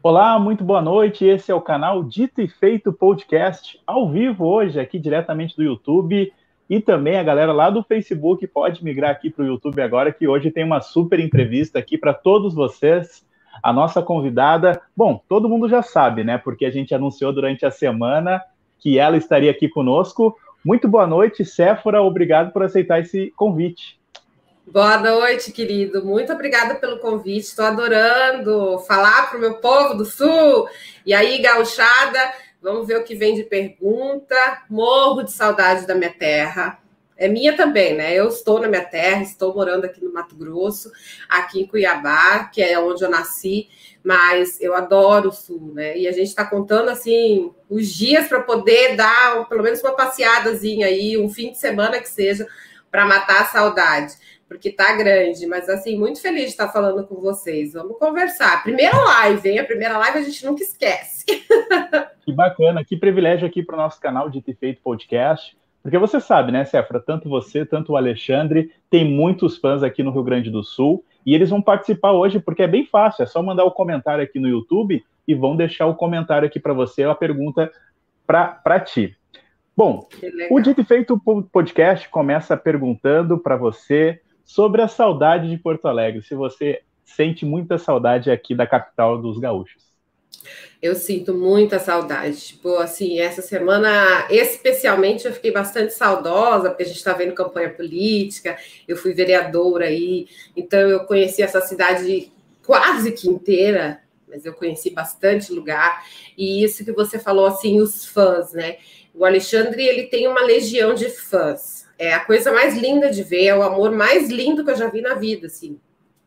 Olá, muito boa noite. Esse é o canal Dito e Feito Podcast, ao vivo hoje, aqui diretamente do YouTube. E também a galera lá do Facebook pode migrar aqui para o YouTube agora, que hoje tem uma super entrevista aqui para todos vocês. A nossa convidada, bom, todo mundo já sabe, né? Porque a gente anunciou durante a semana que ela estaria aqui conosco. Muito boa noite, Séfora. Obrigado por aceitar esse convite. Boa noite, querido. Muito obrigada pelo convite. Estou adorando falar para o meu povo do Sul. E aí, gauchada, vamos ver o que vem de pergunta. Morro de saudade da minha terra. É minha também, né? Eu estou na minha terra, estou morando aqui no Mato Grosso, aqui em Cuiabá, que é onde eu nasci, mas eu adoro o Sul, né? E a gente está contando, assim, os dias para poder dar pelo menos uma passeadazinha aí, um fim de semana que seja, para matar a saudade. Porque tá grande, mas assim, muito feliz de estar falando com vocês. Vamos conversar. Primeira live, hein? A primeira live a gente nunca esquece. Que bacana, que privilégio aqui para o nosso canal de ter feito podcast. Porque você sabe, né, Séfora, tanto você, tanto o Alexandre, tem muitos fãs aqui no Rio Grande do Sul, e eles vão participar hoje porque é bem fácil, é só mandar o comentário aqui no YouTube e vão deixar o comentário aqui para você, a pergunta para ti. Bom, o Dito e Feito Podcast começa perguntando para você sobre a saudade de Porto Alegre, se você sente muita saudade aqui da capital dos gaúchos. Eu sinto muita saudade. Tipo, assim, essa semana, especialmente, eu fiquei bastante saudosa, porque a gente está vendo campanha política, eu fui vereadora aí, então eu conheci essa cidade quase que inteira, mas eu conheci bastante lugar, e isso que você falou, assim, os fãs, né? O Alexandre, ele tem uma legião de fãs. É a coisa mais linda de ver, é o amor mais lindo que eu já vi na vida, assim,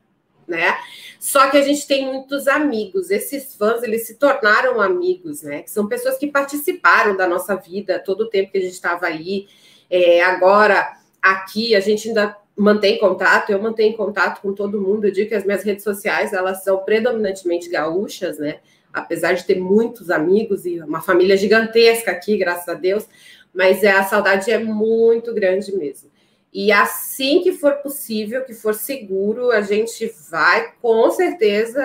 né? Só que a gente tem muitos amigos. Esses fãs, eles se tornaram amigos, né? Que são pessoas que participaram da nossa vida todo o tempo que a gente estava aí. Agora, aqui, a gente ainda mantém contato, eu mantenho contato com todo mundo. Eu digo que as minhas redes sociais, elas são predominantemente gaúchas, né? Apesar de ter muitos amigos e uma família gigantesca aqui, graças a Deus, mas a saudade é muito grande mesmo. E assim que for possível, que for seguro, a gente vai, com certeza,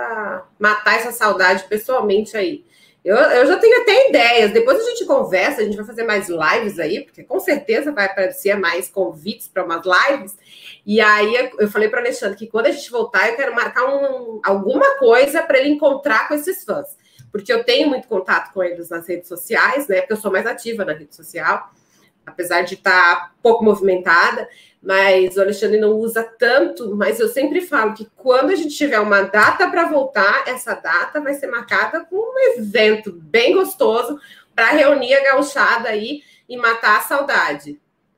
matar essa saudade pessoalmente aí. Eu já tenho até ideias, depois a gente conversa, a gente vai fazer mais lives aí, porque com certeza vai aparecer mais convites para umas lives. E aí eu falei para o Alexandre que quando a gente voltar, eu quero marcar alguma coisa para ele encontrar com esses fãs. Porque eu tenho muito contato com eles nas redes sociais, né? Porque eu sou mais ativa na rede social, apesar de estar pouco movimentada, mas o Alexandre não usa tanto, mas eu sempre falo que quando a gente tiver uma data para voltar, essa data vai ser marcada com um evento bem gostoso para reunir a gauchada aí e matar a saudade.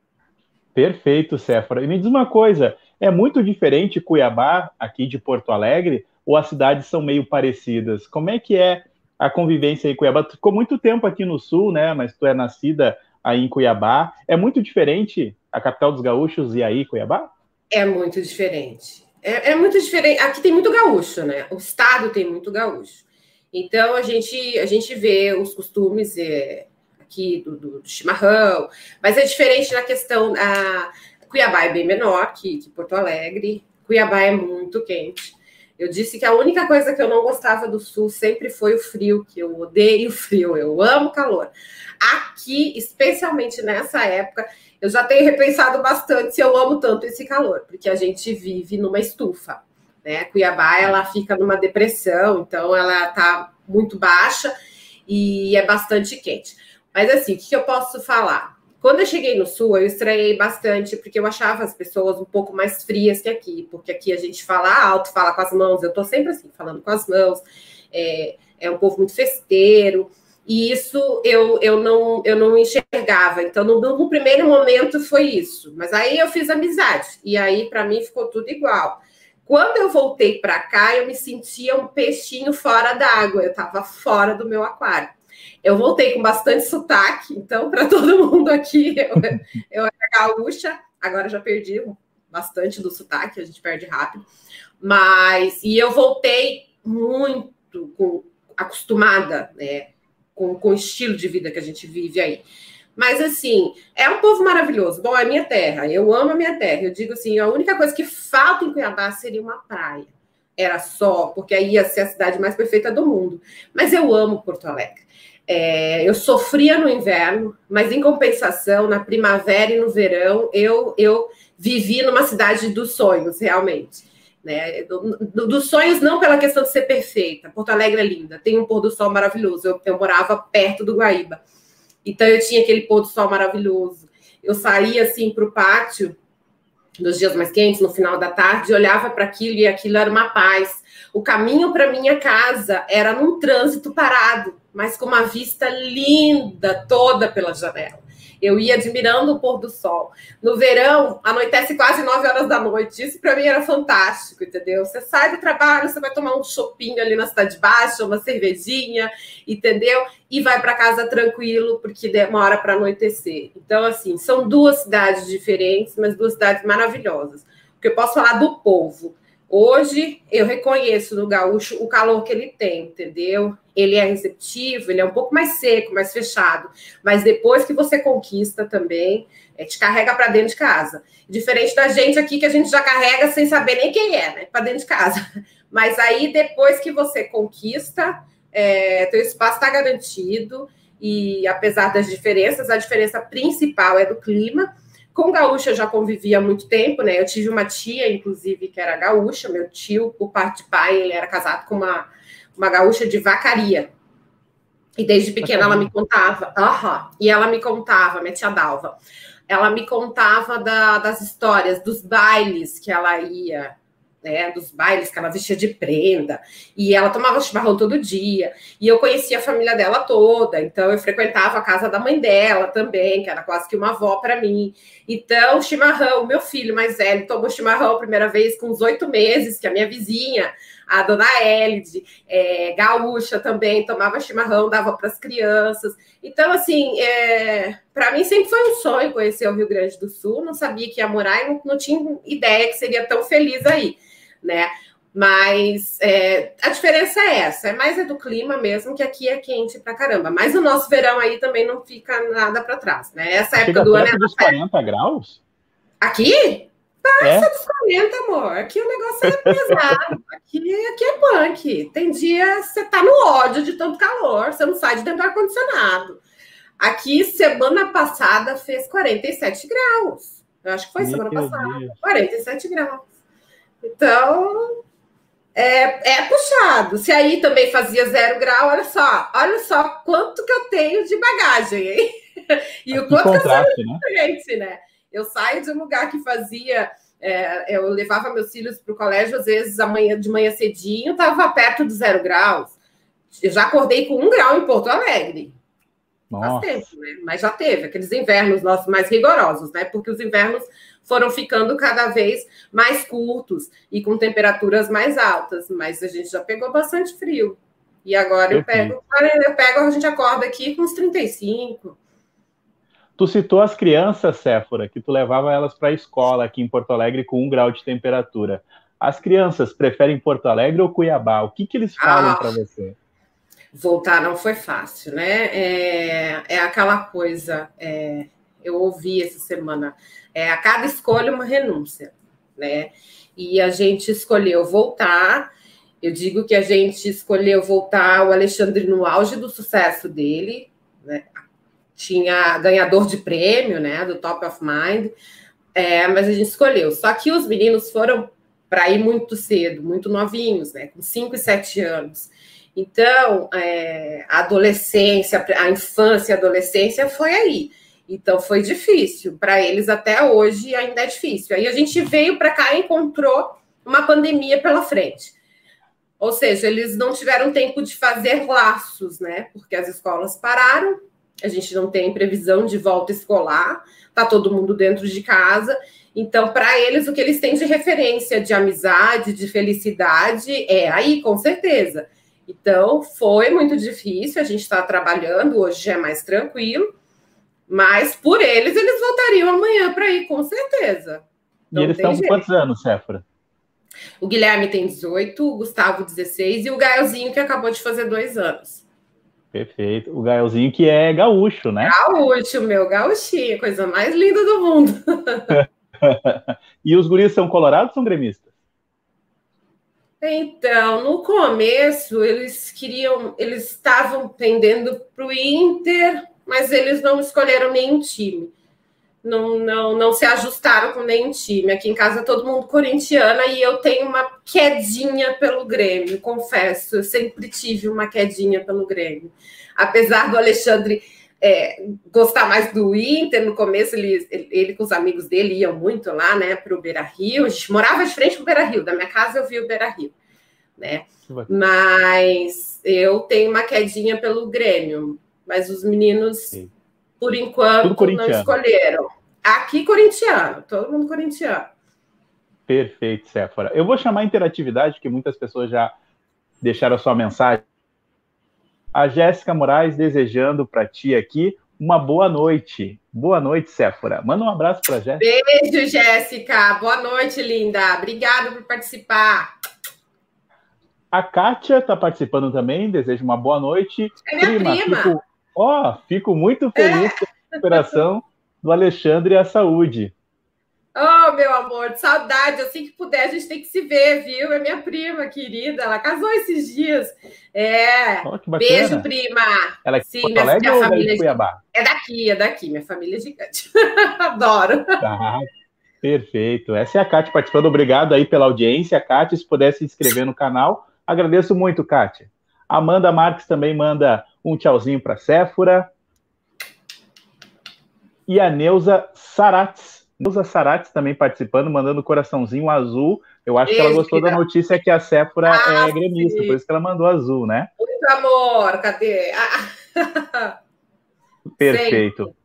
Perfeito, Séfora. E me diz uma coisa, é muito diferente Cuiabá aqui de Porto Alegre, ou as cidades são meio parecidas? Como é que é a convivência em Cuiabá? Tu ficou muito tempo aqui no Sul, né? Mas tu é nascida aí em Cuiabá. É muito diferente a capital dos gaúchos e aí Cuiabá? É muito diferente. É muito diferente. Aqui tem muito gaúcho, né? O estado tem muito gaúcho. Então, a gente vê os costumes aqui do chimarrão, mas é diferente na questão. Cuiabá é bem menor que Porto Alegre. Cuiabá é muito quente. Eu disse que a única coisa que eu não gostava do Sul sempre foi o frio, que eu odeio o frio, eu amo calor. Aqui, especialmente nessa época, eu já tenho repensado bastante se eu amo tanto esse calor, porque a gente vive numa estufa, né? Cuiabá, ela fica numa depressão, então ela tá muito baixa e é bastante quente. Mas assim, o que eu posso falar? Quando eu cheguei no Sul, eu estranhei bastante, porque eu achava as pessoas um pouco mais frias que aqui, porque aqui a gente fala alto, fala com as mãos, eu tô sempre assim, falando com as mãos, é um povo muito festeiro, e isso eu não enxergava. Então, no primeiro momento foi isso, mas aí eu fiz amizade, e aí para mim ficou tudo igual. Quando eu voltei para cá, eu me sentia um peixinho fora d'água, eu estava fora do meu aquário. Eu voltei com bastante sotaque, então, para todo mundo aqui, eu era gaúcha, agora já perdi bastante do sotaque, a gente perde rápido, e eu voltei muito acostumada, né, com o estilo de vida que a gente vive aí. Mas, assim, é um povo maravilhoso. Bom, é minha terra, eu amo a minha terra. Eu digo assim, a única coisa que falta em Cuiabá seria uma praia. era só, porque aí ia ser a cidade mais perfeita do mundo. Mas eu amo Porto Alegre. Eu sofria no inverno, mas em compensação, na primavera e no verão, eu vivi numa cidade dos sonhos, realmente. Né? Dos sonhos, não pela questão de ser perfeita. Porto Alegre é linda, tem um pôr do sol maravilhoso. Eu morava perto do Guaíba, então eu tinha aquele pôr do sol maravilhoso. Eu saía assim para o pátio nos dias mais quentes, no final da tarde, olhava para aquilo e aquilo era uma paz. O caminho para minha casa era num trânsito parado, mas com uma vista linda toda pela janela. Eu ia admirando o pôr do sol. No verão, anoitece quase 9 horas da noite. Isso para mim era fantástico, entendeu? Você sai do trabalho, você vai tomar um chopinho ali na Cidade Baixa, uma cervejinha, entendeu? E vai para casa tranquilo, porque demora para anoitecer. Então, assim, são duas cidades diferentes, mas duas cidades maravilhosas. Porque eu posso falar do povo. Hoje, eu reconheço no gaúcho o calor que ele tem, entendeu? Ele é receptivo, ele é um pouco mais seco, mais fechado. Mas depois que você conquista também, te carrega para dentro de casa. Diferente da gente aqui, que a gente já carrega sem saber nem quem é, né? Para dentro de casa. Mas aí, depois que você conquista, teu espaço está garantido. E apesar das diferenças, a diferença principal é do clima. Com gaúcha eu já convivi há muito tempo, né? Eu tive uma tia, inclusive, que era gaúcha. Meu tio, por parte de pai, ele era casado com uma gaúcha de Vacaria. E desde pequena ela me contava. E ela me contava, minha tia Dalva. Ela me contava das histórias, dos bailes que ela ia, né, dos bailes que ela vestia de prenda, e ela tomava chimarrão todo dia, e eu conhecia a família dela toda, então eu frequentava a casa da mãe dela também, que era quase que uma avó para mim. Então, chimarrão, meu filho mais velho tomou chimarrão a primeira vez com uns 8 meses, que a minha vizinha, a dona Elide, gaúcha também, tomava chimarrão, dava para as crianças. Então, assim, para mim sempre foi um sonho conhecer o Rio Grande do Sul, não sabia que ia morar e não tinha ideia que seria tão feliz aí, né? Mas a diferença é essa, é mais do clima mesmo, que aqui é quente pra caramba. Mas o nosso verão aí também não fica nada para trás, né? Essa época do ano é dos 40 graus? Aqui? Passa dos 40, amor. Aqui o negócio é pesado. Aqui é punk. Tem dia você tá no ódio de tanto calor, você não sai de dentro do ar-condicionado. Aqui, semana passada, fez 47 graus. Eu acho que foi semana passada. 47 graus. Então, é puxado. Se aí também fazia 0 grau, olha só quanto que eu tenho de bagagem, hein? E o quanto que eu sou diferente, né? Eu saio de um lugar que fazia... eu levava meus filhos para o colégio, às vezes, de manhã cedinho, estava perto de 0 graus. Eu já acordei com 1 grau em Porto Alegre. Faz tempo, né? Mas já teve aqueles invernos nossos mais rigorosos, né? Porque os invernos foram ficando cada vez mais curtos e com temperaturas mais altas. Mas a gente já pegou bastante frio. E agora eu pego, a gente acorda aqui com uns 35. Tu citou as crianças, Séfora, que tu levava elas para a escola aqui em Porto Alegre com 1 grau de temperatura. As crianças preferem Porto Alegre ou Cuiabá? O que eles falam para você? Voltar não foi fácil, né? É aquela coisa, eu ouvi essa semana, a cada escolha uma renúncia, né? E a gente escolheu voltar. Eu digo que a gente escolheu voltar o Alexandre no auge do sucesso dele, né? Tinha ganhador de prêmio, né? Do Top of Mind, mas a gente escolheu. Só que os meninos foram para ir muito cedo, muito novinhos, né? Com 5 e 7 anos. Então, a adolescência, a infância e a adolescência foi aí. Então, foi difícil. Para eles, até hoje, ainda é difícil. Aí a gente veio para cá e encontrou uma pandemia pela frente. Ou seja, eles não tiveram tempo de fazer laços, né? Porque as escolas pararam, a gente não tem previsão de volta escolar, está todo mundo dentro de casa. Então, para eles, o que eles têm de referência de amizade, de felicidade, é aí, com certeza. Então, foi muito difícil, a gente está trabalhando, hoje é mais tranquilo, mas por eles voltariam amanhã para ir, com certeza. E eles estão com quantos anos, Séfora? O Guilherme tem 18, o Gustavo 16 e o Gaelzinho, que acabou de fazer 2 anos. Perfeito. O Gaelzinho, que é gaúcho, né? Gaúcho, meu gaúchinho, coisa mais linda do mundo. E os guris são colorados ou são gremistas? Então, no começo, eles estavam pendendo para o Inter, mas eles não escolheram nenhum time. Não se ajustaram com nenhum time. Aqui em casa todo mundo corintiana e eu tenho uma quedinha pelo Grêmio, confesso. Eu sempre tive uma quedinha pelo Grêmio. Apesar do Alexandre gostar mais do Inter, no começo ele com os amigos dele iam muito lá, né, para o Beira-Rio. A gente morava de frente para o Beira-Rio. Da minha casa eu vi o Beira-Rio, né? Mas eu tenho uma quedinha pelo Grêmio. Mas os meninos... Sim. Por enquanto, não escolheram. Aqui, corintiano. Todo mundo corintiano. Perfeito, Séfora. Eu vou chamar a interatividade, porque muitas pessoas já deixaram a sua mensagem. A Jéssica Moraes desejando para ti aqui uma boa noite. Boa noite, Séfora. Manda um abraço para a Jéssica. Beijo, Jéssica. Boa noite, linda. Obrigada por participar. A Kátia está participando também. Desejo uma boa noite. É minha prima. Fico muito feliz com a recuperação do Alexandre e a saúde. Oh, meu amor, de saudade. Assim que puder, a gente tem que se ver, viu? É minha prima querida. Ela casou esses dias. Que bacana. Beijo, prima. Ela é de Porto Alegre ou família de Cuiabá? É daqui. Minha família é gigante. Adoro. Tá, perfeito. Essa é a Kátia participando. Obrigado aí pela audiência. Kátia, se puder se inscrever no canal. Agradeço muito, Kátia. Amanda Marques também manda um tchauzinho para a Séfora. E a Neuza Sarates. Neuza Sarates também participando, mandando coraçãozinho azul. Eu acho que ela gostou da notícia que a Séfora é gremista, por isso que ela mandou azul, né? Muito amor, cadê? Perfeito.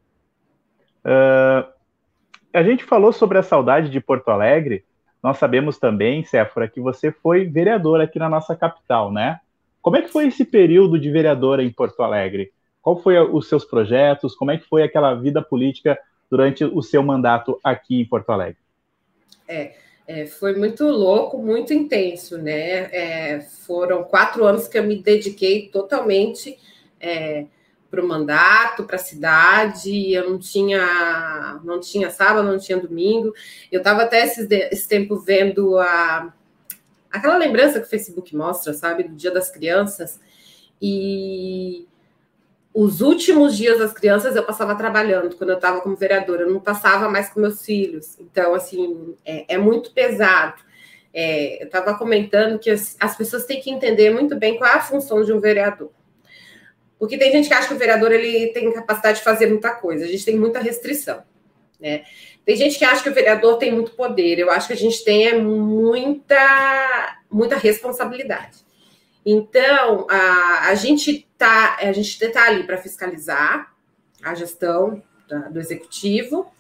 A gente falou sobre a saudade de Porto Alegre. Nós sabemos também, Séfora, que você foi vereadora aqui na nossa capital, né? Como é que foi esse período de vereadora em Porto Alegre? Qual foi os seus projetos? Como é que foi aquela vida política durante o seu mandato aqui em Porto Alegre? Foi muito louco, muito intenso, né? Foram 4 anos que eu me dediquei totalmente para o mandato, para a cidade. Eu não tinha sábado, não tinha domingo. Eu estava até esse tempo vendo aquela lembrança que o Facebook mostra, sabe, do Dia das Crianças, e os últimos dias das crianças eu passava trabalhando, quando eu estava como vereadora, eu não passava mais com meus filhos, então, assim, é muito pesado. Eu estava comentando que as pessoas têm que entender muito bem qual é a função de um vereador, porque tem gente que acha que o vereador ele tem capacidade de fazer muita coisa, a gente tem muita restrição, né? Tem gente que acha que o vereador tem muito poder. Eu acho que a gente tem muita responsabilidade. Então, a gente tá ali para fiscalizar a gestão do executivo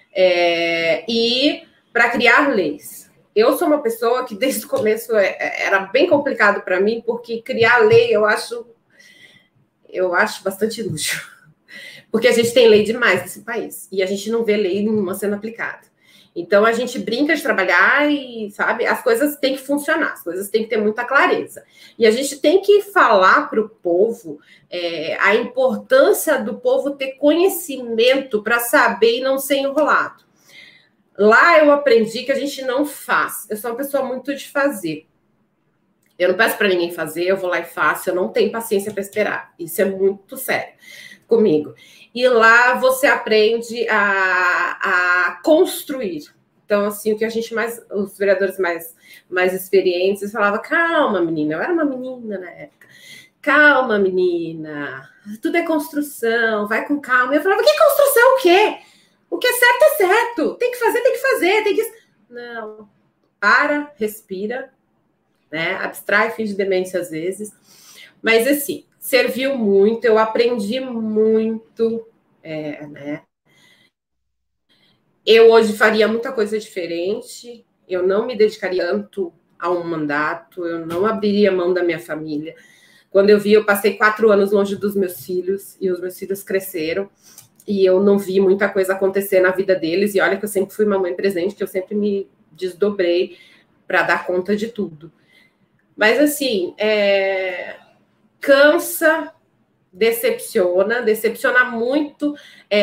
e para criar leis. Eu sou uma pessoa que desde o começo era bem complicado para mim, porque criar lei eu acho bastante luxo. Porque a gente tem lei demais nesse país e a gente não vê lei nenhuma sendo aplicada. Então, a gente brinca de trabalhar e, sabe, as coisas têm que funcionar, as coisas têm que ter muita clareza. E a gente tem que falar para o povo a importância do povo ter conhecimento para saber e não ser enrolado. Lá eu aprendi que a gente não faz. Eu sou uma pessoa muito de fazer. Eu não peço para ninguém fazer, eu vou lá e faço, eu não tenho paciência para esperar. Isso é muito sério comigo. E lá você aprende a construir. Então, assim, o que a gente os vereadores mais experientes falavam, calma, menina, eu era uma menina na época, calma, menina, tudo é construção, vai com calma. Eu falava, que construção o quê? O que é certo, tem que fazer, tem que... Não, respira, né? Abstrai, finge demência às vezes, mas assim, serviu muito, eu aprendi muito, né? Eu hoje faria muita coisa diferente, eu não me dedicaria tanto a um mandato, eu não abriria mão da minha família. Quando eu passei 4 anos longe dos meus filhos, e os meus filhos cresceram, e eu não vi muita coisa acontecer na vida deles, e olha que eu sempre fui uma mãe presente, que eu sempre me desdobrei para dar conta de tudo. Mas, assim, cansa, decepciona muito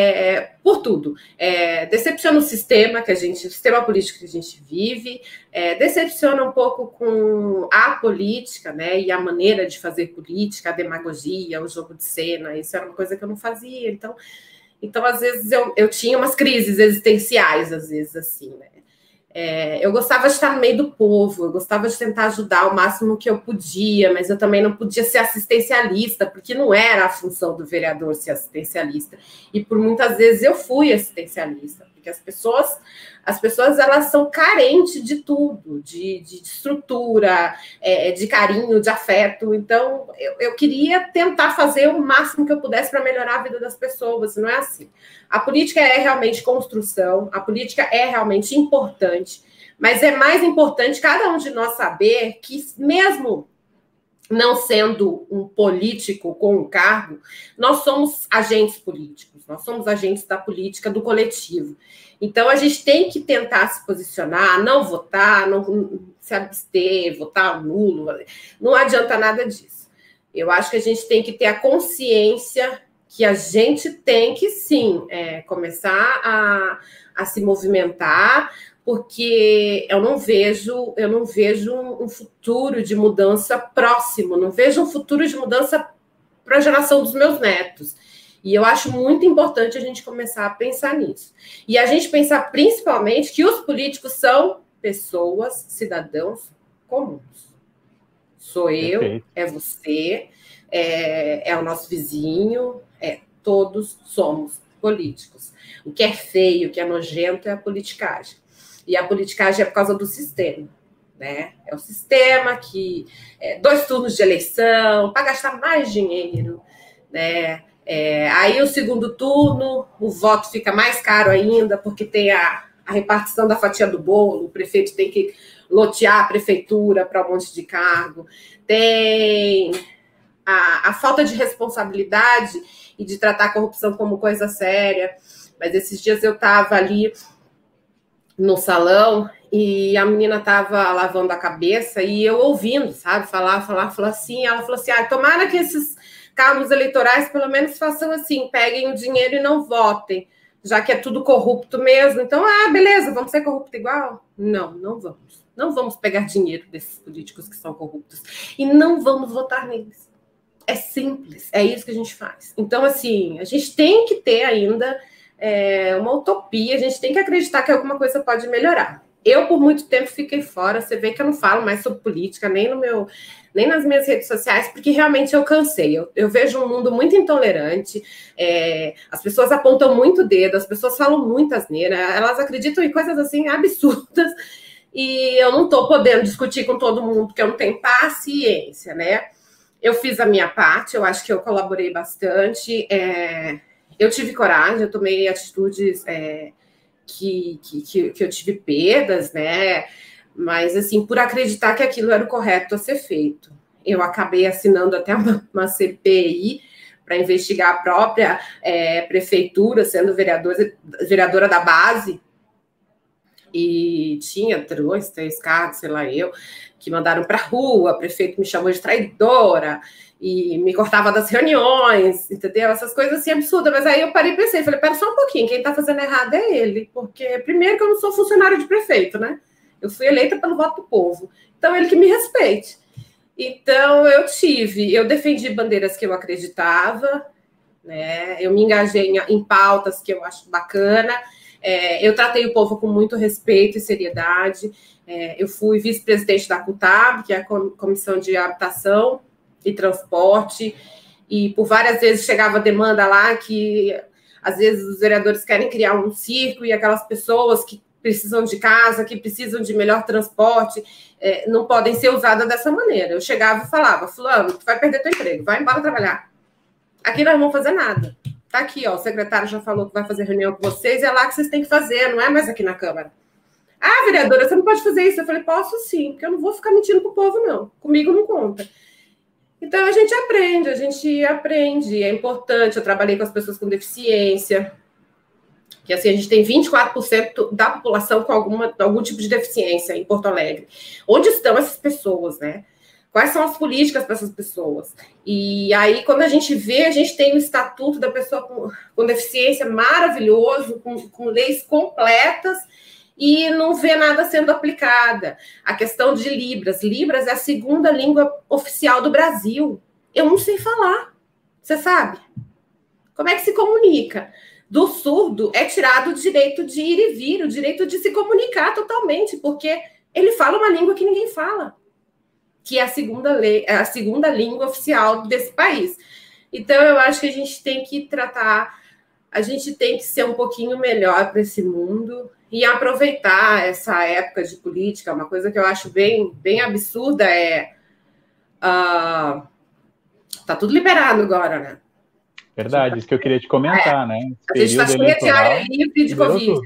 por tudo. Decepciona o sistema o sistema político que a gente vive, decepciona um pouco com a política, né? E a maneira de fazer política, a demagogia, o jogo de cena. Isso era uma coisa que eu não fazia. Então às vezes, eu tinha umas crises existenciais, às vezes, assim, né? Eu gostava de estar no meio do povo, eu gostava de tentar ajudar o máximo que eu podia, mas eu também não podia ser assistencialista, porque não era a função do vereador ser assistencialista. E por muitas vezes eu fui assistencialista, porque as pessoas elas são carentes de tudo, de estrutura, de carinho, de afeto. Então, eu queria tentar fazer o máximo que eu pudesse para melhorar a vida das pessoas, não é assim. A política é realmente construção, a política é realmente importante, mas é mais importante cada um de nós saber que, mesmo não sendo um político com um cargo, nós somos agentes políticos, nós somos agentes da política do coletivo. Então, a gente tem que tentar se posicionar, não votar, não se abster, votar nulo, não adianta nada disso. Eu acho que a gente tem que ter a consciência que a gente tem que, sim, começar a se movimentar, porque eu não vejo um futuro de mudança próximo, não vejo um futuro de mudança para a geração dos meus netos. E eu acho muito importante a gente começar a pensar nisso. E a gente pensar principalmente que os políticos são pessoas, cidadãos comuns. Sou eu, Perfeito. é você, é o nosso vizinho, todos somos políticos. O que é feio, o que é nojento é a politicagem. E a politicagem é por causa do sistema, né? É o sistema que 2 turnos de eleição para gastar mais dinheiro, né? Aí o segundo turno, o voto fica mais caro ainda, porque tem a repartição da fatia do bolo, o prefeito tem que lotear a prefeitura para um monte de cargo, tem a falta de responsabilidade e de tratar a corrupção como coisa séria. Mas esses dias eu estava ali no salão e a menina estava lavando a cabeça e eu ouvindo, sabe, falar assim, ela falou assim, tomara que esses cargos eleitorais pelo menos façam assim, peguem o dinheiro e não votem, já que é tudo corrupto mesmo. Então, beleza, vamos ser corrupto igual? Não vamos. Não vamos pegar dinheiro desses políticos que são corruptos e não vamos votar neles. É simples, é isso que a gente faz. Então, assim, a gente tem que ter ainda uma utopia, a gente tem que acreditar que alguma coisa pode melhorar. Eu, por muito tempo, fiquei fora, você vê que eu não falo mais sobre política, nem nas minhas redes sociais, porque realmente eu cansei. Eu vejo um mundo muito intolerante, as pessoas apontam muito o dedo, as pessoas falam muita asneira, elas acreditam em coisas assim absurdas, e eu não estou podendo discutir com todo mundo, porque eu não tenho paciência, né? Eu fiz a minha parte, eu acho que eu colaborei bastante, eu tive coragem, eu tomei atitudes que eu tive perdas, né? Mas, assim, por acreditar que aquilo era o correto a ser feito. Eu acabei assinando até uma CPI para investigar a própria prefeitura, sendo vereadora da base, e tinha 2, 3 cargos, sei lá eu, que mandaram para a rua, o prefeito me chamou de traidora e me cortava das reuniões, entendeu? Essas coisas assim absurdas. Mas aí eu parei e pensei, falei, pera só um pouquinho, quem está fazendo errado é ele, porque primeiro que eu não sou funcionário de prefeito, né? Eu fui eleita pelo voto do povo, então ele que me respeite. Então eu defendi bandeiras que eu acreditava, né? Eu me engajei em pautas que eu acho bacana, eu tratei o povo com muito respeito e seriedade. Eu fui vice-presidente da CUTAB, que é a Comissão de Habitação e Transporte, e por várias vezes chegava demanda lá que às vezes os vereadores querem criar um circo e aquelas pessoas que precisam de casa, que precisam de melhor transporte, não podem ser usadas dessa maneira. Eu chegava e falava, fulano, tu vai perder teu emprego, vai embora trabalhar. Aqui nós não vamos fazer nada. Tá aqui, ó, o secretário já falou que vai fazer reunião com vocês, é lá que vocês têm que fazer, não é mais aqui na Câmara. Vereadora, você não pode fazer isso. Eu falei, posso sim, porque eu não vou ficar mentindo pro povo, não. Comigo não conta. Então, a gente aprende, é importante. Eu trabalhei com as pessoas com deficiência, que assim, a gente tem 24% da população com algum tipo de deficiência em Porto Alegre. Onde estão essas pessoas, né? Quais são as políticas para essas pessoas? E aí, quando a gente vê, a gente tem o Estatuto da Pessoa com Deficiência maravilhoso, com leis completas, e não vê nada sendo aplicada. A questão de Libras. Libras é a segunda língua oficial do Brasil. Eu não sei falar. Você sabe? Como é que se comunica? Do surdo é tirado o direito de ir e vir, o direito de se comunicar totalmente, porque ele fala uma língua que ninguém fala, que é a segunda língua oficial desse país. Então, eu acho que a gente tem que tratar, a gente tem que ser um pouquinho melhor para esse mundo e aproveitar essa época de política. Uma coisa que eu acho bem, bem absurda tá tudo liberado agora, né? Verdade, isso que eu queria te comentar, né? A gente está cheia de área livre de Covid.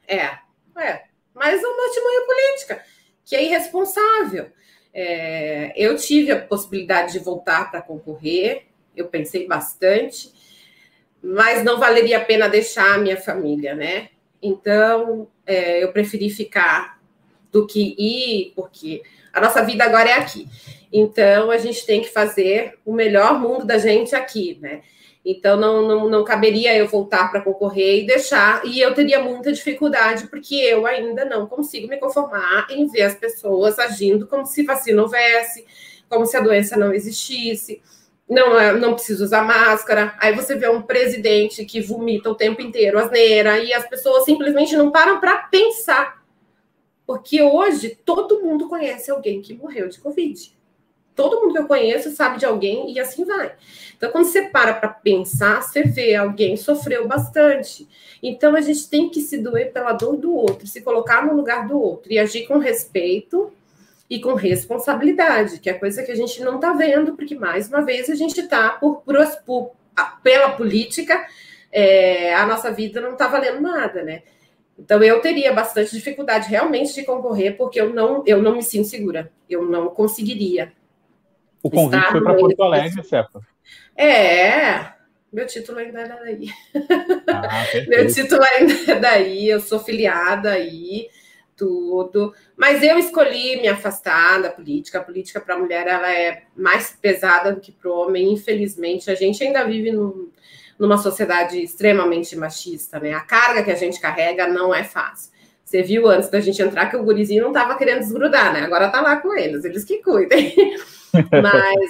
Mas uma artimanha política, que é irresponsável. Eu tive a possibilidade de voltar para concorrer, eu pensei bastante, mas não valeria a pena deixar a minha família, né? Então, eu preferi ficar do que ir, porque a nossa vida agora é aqui. Então, a gente tem que fazer o melhor mundo da gente aqui, né? Então, não caberia eu voltar para concorrer e deixar, e eu teria muita dificuldade, porque eu ainda não consigo me conformar em ver as pessoas agindo como se vacina houvesse, como se a doença não existisse, não precisa usar máscara. Aí você vê um presidente que vomita o tempo inteiro asneira, e as pessoas simplesmente não param para pensar, porque hoje todo mundo conhece alguém que morreu de Covid. Todo mundo que eu conheço sabe de alguém e assim vai. Então, quando você para pensar, você vê alguém sofreu bastante. Então, a gente tem que se doer pela dor do outro, se colocar no lugar do outro e agir com respeito e com responsabilidade, que é coisa que a gente não está vendo, porque, mais uma vez, a gente está pela política, a nossa vida não está valendo nada, né? Então, eu teria bastante dificuldade realmente de concorrer, porque eu não me sinto segura. Eu não conseguiria. O convite foi para Porto Alegre, Cefa. Meu título ainda é daí. Perfeito. Meu título ainda é daí, eu sou filiada aí, tudo. Mas eu escolhi me afastar da política. A política para a mulher ela é mais pesada do que para o homem. Infelizmente, a gente ainda vive numa sociedade extremamente machista, né? A carga que a gente carrega não é fácil. Você viu antes da gente entrar que o gurizinho não estava querendo desgrudar, né? Agora tá lá com eles que cuidem. Mas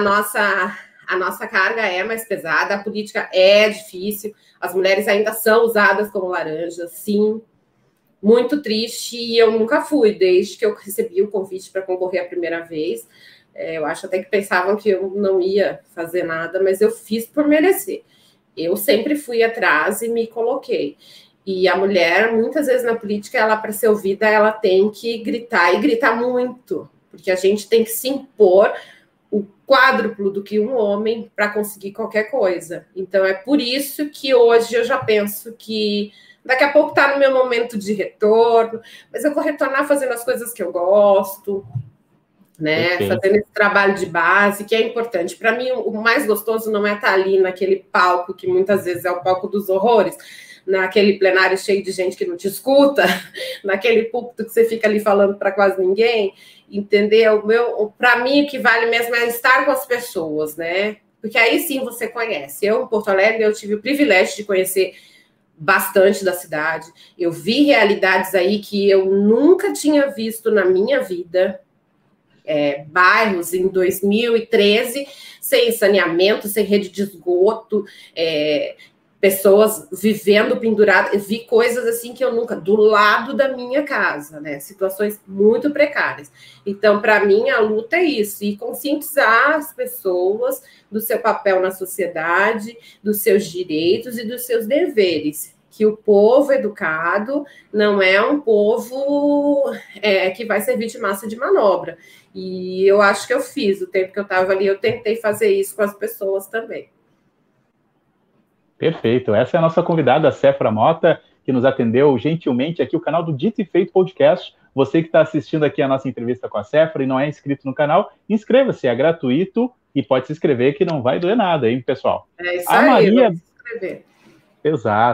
a nossa carga é mais pesada, a política é difícil, as mulheres ainda são usadas como laranja, sim, muito triste, e eu nunca fui, desde que eu recebi o convite para concorrer a primeira vez. Eu acho até que pensavam que eu não ia fazer nada, mas eu fiz por merecer. Eu sempre fui atrás e me coloquei. E a mulher, muitas vezes na política, ela para ser ouvida, ela tem que gritar, e gritar muito, porque a gente tem que se impor o quádruplo do que um homem para conseguir qualquer coisa. Então, é por isso que hoje eu já penso que daqui a pouco está no meu momento de retorno, mas eu vou retornar fazendo as coisas que eu gosto, né? Fazendo esse trabalho de base, que é importante. Para mim, o mais gostoso não é estar ali naquele palco, que muitas vezes é o palco dos horrores, naquele plenário cheio de gente que não te escuta, naquele púlpito que você fica ali falando para quase ninguém, entendeu? Para mim, o que vale mesmo é estar com as pessoas, né? Porque aí sim você conhece. Eu, em Porto Alegre, eu tive o privilégio de conhecer bastante da cidade. Eu vi realidades aí que eu nunca tinha visto na minha vida. Bairros em 2013 sem saneamento, sem rede de esgoto, pessoas vivendo penduradas, vi coisas assim que eu nunca, do lado da minha casa, né? Situações muito precárias. Então, para mim, a luta é isso, e conscientizar as pessoas do seu papel na sociedade, dos seus direitos e dos seus deveres. Que o povo educado não é um povo que vai servir de massa de manobra. E eu acho que eu fiz, o tempo que eu estava ali, eu tentei fazer isso com as pessoas também. Perfeito. Essa é a nossa convidada, a Cefra Mota, que nos atendeu gentilmente aqui, o canal do Dito e Feito Podcast. Você que está assistindo aqui a nossa entrevista com a Cefra e não é inscrito no canal, inscreva-se, é gratuito e pode se inscrever que não vai doer nada, hein, pessoal? É isso aí, Maria... vamos se inscrever. Exato.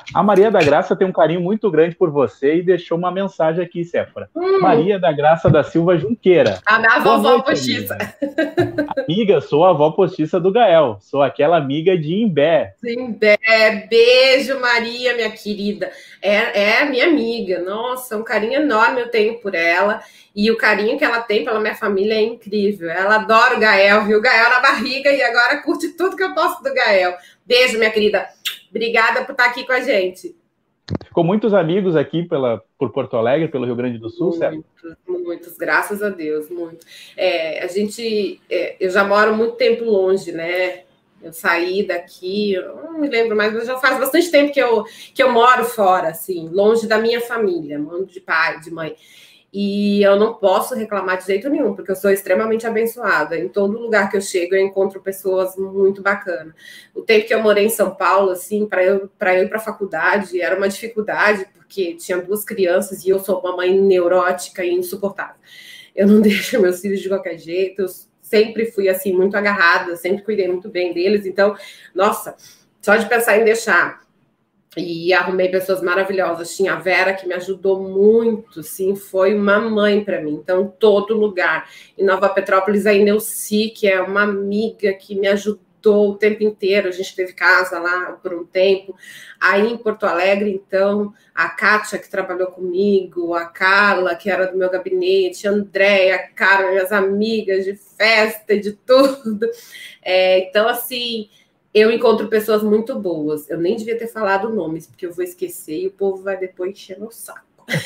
A Maria da Graça tem um carinho muito grande por você e deixou uma mensagem aqui, Séfora. Maria da Graça da Silva Junqueira. A minha vovó postiça. Amiga, sou a avó postiça do Gael. Sou aquela amiga de Imbé. Imbé, beijo, Maria, minha querida. É minha amiga. Nossa, um carinho enorme eu tenho por ela. E o carinho que ela tem pela minha família é incrível. Ela adora o Gael, viu? O Gael na barriga e agora curte tudo que eu posto do Gael. Beijo, minha querida. Obrigada por estar aqui com a gente. Ficou muitos amigos aqui por Porto Alegre, pelo Rio Grande do Sul, certo? Muitos, graças a Deus, muito. Eu já moro muito tempo longe, né? Eu saí daqui, eu não me lembro mais, mas já faz bastante tempo que eu moro fora, assim, longe da minha família, longe de pai, de mãe. E eu não posso reclamar de jeito nenhum, porque eu sou extremamente abençoada. Em todo lugar que eu chego, eu encontro pessoas muito bacanas. O tempo que eu morei em São Paulo, assim, para eu ir para a faculdade, era uma dificuldade, porque tinha 2 crianças e eu sou uma mãe neurótica e insuportável. Eu não deixo meus filhos de qualquer jeito, eu sempre fui, assim, muito agarrada, sempre cuidei muito bem deles. Então, nossa, só de pensar em deixar... E arrumei pessoas maravilhosas. Tinha a Vera, que me ajudou muito, sim, foi uma mãe para mim. Então, todo lugar. Em Nova Petrópolis, a Inelci, que é uma amiga que me ajudou o tempo inteiro. A gente teve casa lá por um tempo. Aí, em Porto Alegre, então, a Kátia, que trabalhou comigo, a Carla, que era do meu gabinete, a Andréia, a Carla, minhas amigas de festa e de tudo. Então, assim... Eu encontro pessoas muito boas. Eu nem devia ter falado nomes, porque eu vou esquecer e o povo vai depois encher meu saco.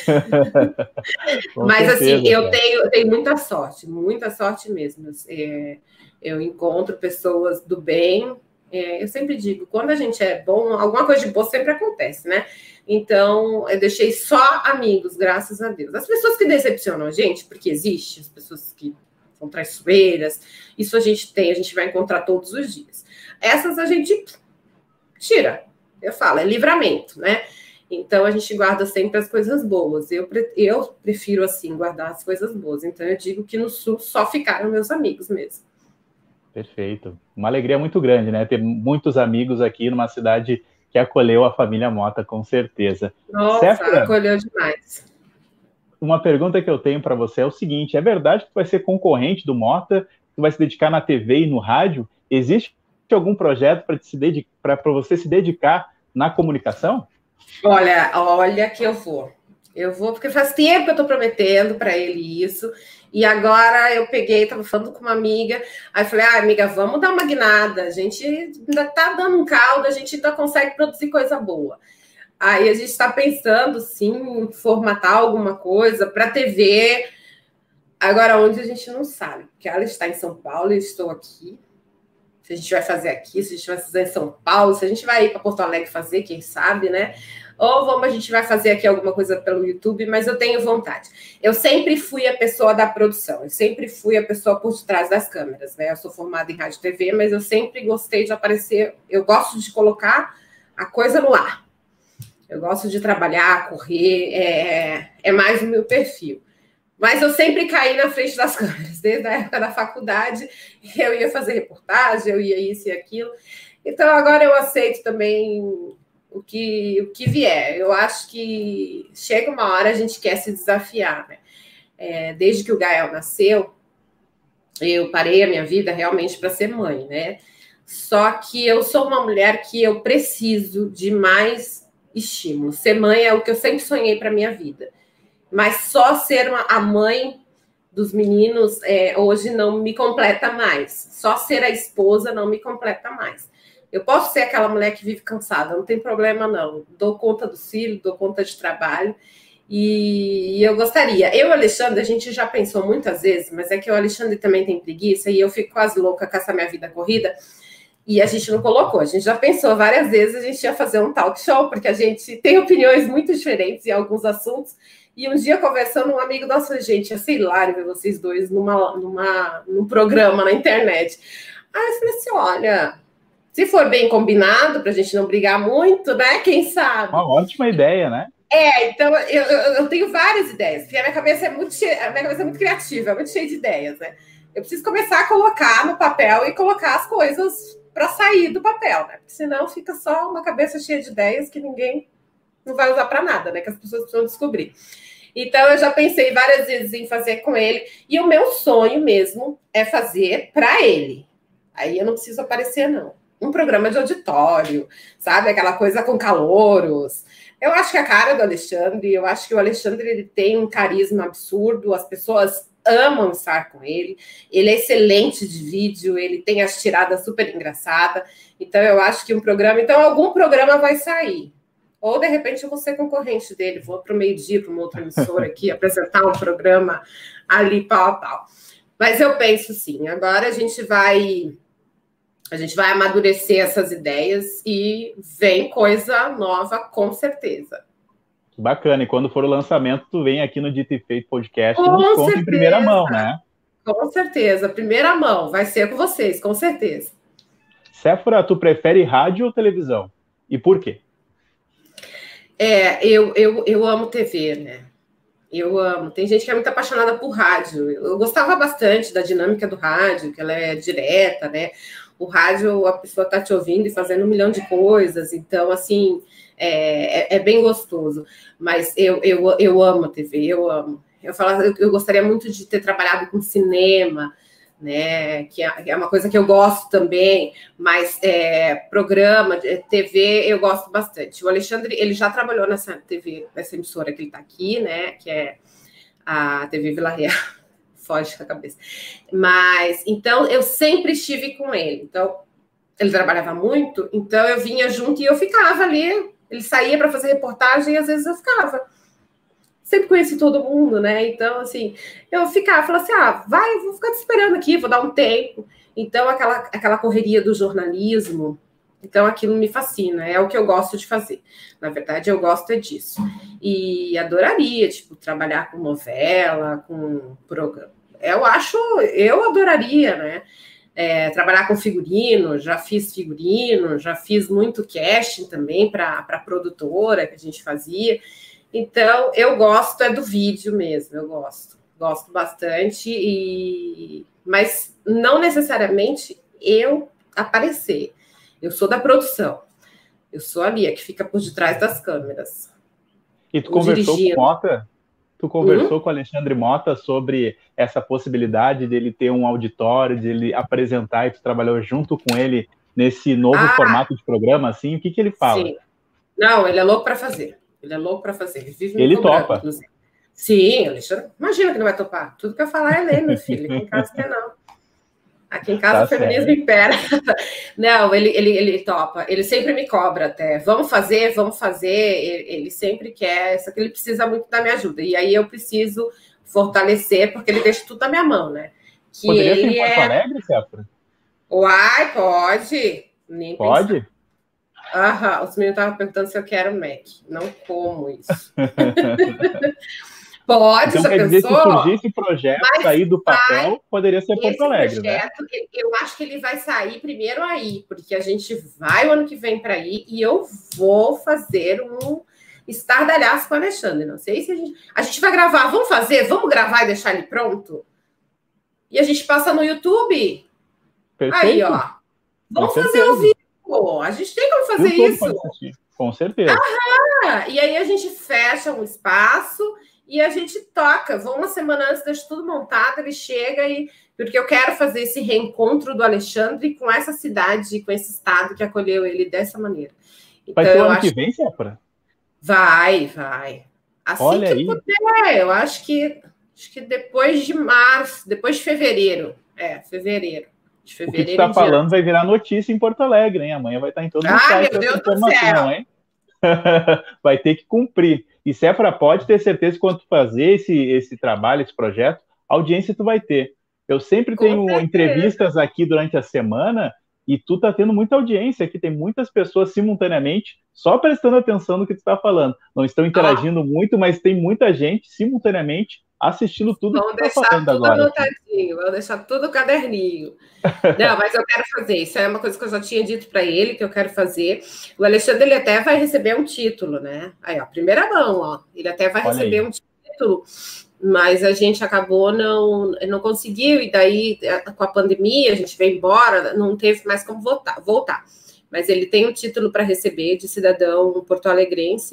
Mas, certeza, assim, eu tenho muita sorte mesmo. Eu encontro pessoas do bem. Eu sempre digo, quando a gente é bom, alguma coisa de boa sempre acontece, né? Então, eu deixei só amigos, graças a Deus. As pessoas que decepcionam a gente, porque existe, as pessoas que são traiçoeiras, isso a gente vai encontrar todos os dias. Essas a gente tira, eu falo, é livramento, né? Então, a gente guarda sempre as coisas boas. Eu prefiro, assim, guardar as coisas boas. Então, eu digo que no Sul só ficaram meus amigos mesmo. Perfeito. Uma alegria muito grande, né? Ter muitos amigos aqui numa cidade que acolheu a família Mota, com certeza. Nossa, Séfora, acolheu demais. Uma pergunta que eu tenho para você é o seguinte, é verdade que tu vai ser concorrente do Mota? Tu vai se dedicar na TV e no rádio? Existe algum projeto para você se dedicar na comunicação? Olha que eu vou porque faz tempo que eu estou prometendo para ele isso, e agora eu estava falando com uma amiga, aí falei, amiga, vamos dar uma guinada, a gente ainda está dando um caldo, a gente ainda consegue produzir coisa boa. Aí a gente está pensando, sim, em formatar alguma coisa para TV, agora onde a gente não sabe, porque ela está em São Paulo, eu estou aqui. Se a gente vai fazer aqui, se a gente vai fazer em São Paulo, se a gente vai ir para Porto Alegre fazer, quem sabe, né? Ou a gente vai fazer aqui alguma coisa pelo YouTube, mas eu tenho vontade. Eu sempre fui a pessoa da produção, eu sempre fui a pessoa por detrás das câmeras, né? Eu sou formada em rádio e TV, mas eu sempre gostei de aparecer, eu gosto de colocar a coisa no ar. Eu gosto de trabalhar, correr, é mais o meu perfil. Mas eu sempre caí na frente das câmeras, desde a época da faculdade, eu ia fazer reportagem, eu ia isso e aquilo. Então, agora eu aceito também o que vier. Eu acho que chega uma hora a gente quer se desafiar, né? Desde que o Gael nasceu, eu parei a minha vida realmente para ser mãe, né? Só que eu sou uma mulher que eu preciso de mais estímulo. Ser mãe é o que eu sempre sonhei para minha vida. Mas só ser a mãe dos meninos hoje não me completa mais. Só ser a esposa não me completa mais. Eu posso ser aquela mulher que vive cansada, não tem problema não. Dou conta dos filhos, dou conta de trabalho. E eu gostaria. Eu e o Alexandre, a gente já pensou muitas vezes, mas é que o Alexandre também tem preguiça e eu fico quase louca com essa minha vida corrida. E a gente não colocou. A gente já pensou várias vezes, a gente ia fazer um talk show, porque a gente tem opiniões muito diferentes em alguns assuntos. E um dia, conversando, um amigo nosso, gente, sei lá, ver vocês dois num programa na internet. Aí eu falei assim, olha, se for bem combinado, para a gente não brigar muito, né? Quem sabe? Uma ótima ideia, né? Então eu tenho várias ideias, porque a minha cabeça é muito criativa, é muito cheia de ideias, né? Eu preciso começar a colocar no papel e colocar as coisas para sair do papel, né? Porque senão fica só uma cabeça cheia de ideias que ninguém não vai usar para nada, né? Que as pessoas precisam descobrir. Então, eu já pensei várias vezes em fazer com ele. E o meu sonho mesmo é fazer para ele. Aí eu não preciso aparecer, não. Um programa de auditório, sabe? Aquela coisa com calouros. Eu acho que a cara do Alexandre, eu acho que o Alexandre ele tem um carisma absurdo, as pessoas amam estar com ele. Ele é excelente de vídeo, ele tem as tiradas super engraçadas. Então, eu acho que um programa... Então, algum programa vai sair. Ou, de repente, eu vou ser concorrente dele, vou para o meio-dia, para uma outra emissora aqui, apresentar um programa ali, pau a pau. Mas eu penso, sim, agora a gente vai amadurecer essas ideias e vem coisa nova, com certeza. Bacana, e quando for o lançamento, tu vem aqui no Dito e Feito Podcast e nos conta em primeira mão, né? Com certeza, primeira mão, vai ser com vocês, com certeza. Séfora, tu prefere rádio ou televisão? E por quê? Eu amo TV, né? Eu amo. Tem gente que é muito apaixonada por rádio. Eu gostava bastante da dinâmica do rádio, que ela é direta, né? O rádio, a pessoa está te ouvindo e fazendo 1 milhão de coisas. Então, assim, é bem gostoso. Mas eu amo a TV, eu amo. Eu gostaria muito de ter trabalhado com cinema, né? Que é uma coisa que eu gosto também, mas programa, TV, eu gosto bastante. O Alexandre, ele já trabalhou nessa TV, nessa emissora que ele está aqui, né? Que é a TV Vila Real. Foge da cabeça. Mas, então, eu sempre estive com ele. Então, ele trabalhava muito, então eu vinha junto e eu ficava ali. Ele saía para fazer reportagem e às vezes eu ficava. Sempre conheci todo mundo, né? Então, assim, eu ficava, falava assim, vai, eu vou ficar te esperando aqui, vou dar um tempo. Então, aquela correria do jornalismo, então aquilo me fascina, é o que eu gosto de fazer. Na verdade, eu gosto disso. E adoraria, tipo, trabalhar com novela, com programa. Eu adoraria, né? Trabalhar com figurino, já fiz figurino, já fiz muito casting também para produtora que a gente fazia. Então, eu gosto do vídeo mesmo, eu gosto bastante, mas não necessariamente eu aparecer. Eu sou da produção, eu sou a Lia, que fica por detrás das câmeras. E tu conversou com o Mota? Tu conversou com o Alexandre Mota sobre essa possibilidade dele ter um auditório, de ele apresentar, e tu trabalhou junto com ele nesse novo formato de programa, assim? O que ele fala? Sim. Não, ele é louco para fazer. Ele é louco para fazer. Ele vive me ele cobrando, topa. Inclusive. Sim, Alexandre. Imagina que não vai topar. Tudo que eu falar é ler, meu filho. Aqui em casa quer não. Aqui em casa o feminismo impera. Não, ele topa. Ele sempre me cobra até. Vamos fazer. Ele sempre quer. Só que ele precisa muito da minha ajuda. E aí eu preciso fortalecer, porque ele deixa tudo na minha mão, né? Que poderia ser em Porto Alegre, Séfora? Uai, pode. Nem pode? Pensar. Os meninos estavam perguntando se eu quero Mac. Não como isso. Pode, então, já quer pensou? dizer, se surgir esse projeto, sair do papel, poderia ser Porto Alegre, projeto, né? Eu acho que ele vai sair primeiro aí, porque a gente vai o ano que vem para aí e eu vou fazer um estardalhaço com o Alexandre. Não sei se a gente vai gravar. Vamos gravar e deixar ele pronto? E a gente passa no YouTube. Perfeito. Aí, ó. Vamos fazer ao vivo. A gente tem como fazer isso. Com certeza. E aí a gente fecha um espaço e a gente toca. Vou uma semana antes, deixo tudo montado, ele chega porque eu quero fazer esse reencontro do Alexandre com essa cidade, com esse estado que acolheu ele dessa maneira. Então, vai ter o ano que vem, Séfora? Vai. Assim Olha que aí. puder, eu acho que depois de março, depois de fevereiro. Fevereiro. O que tu está falando vai virar notícia em Porto Alegre, hein? Amanhã vai estar em todo o site essa informação, hein? Vai ter que cumprir. E Séfora, pode ter certeza que quando tu fazer esse trabalho, esse projeto, a audiência tu vai ter. Eu sempre tenho entrevistas aqui durante a semana e tu tá tendo muita audiência aqui, tem muitas pessoas simultaneamente só prestando atenção no que tu tá falando. Não estão interagindo muito, mas tem muita gente simultaneamente assistindo tudo que tu tá falando agora. Vamos deixar tudo caderninho. Não, mas eu quero fazer. Isso é uma coisa que eu já tinha dito para ele, que eu quero fazer. O Alexandre, ele até vai receber um título, né? Aí, ó, primeira mão, ó. Ele até vai receber um título, mas a gente acabou não conseguiu, e daí, com a pandemia, a gente veio embora, não teve mais como voltar. Mas ele tem um título para receber de cidadão porto-alegrense,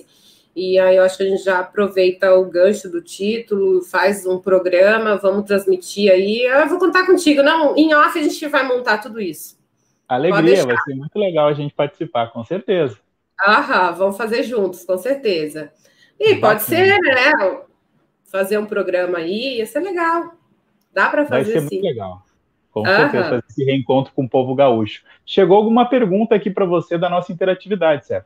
E aí eu acho que a gente já aproveita o gancho do título, faz um programa, vamos transmitir aí. Eu vou contar contigo. Não, em off a gente vai montar tudo isso. Alegria, vai ser muito legal a gente participar, com certeza. Aham, vamos fazer juntos, com certeza. E pode ser, né? Fazer um programa aí, ia ser legal. Dá para fazer, vai ser sim. Muito legal. Com certeza, fazer esse reencontro com o povo gaúcho. Chegou alguma pergunta aqui para você da nossa interatividade, certo?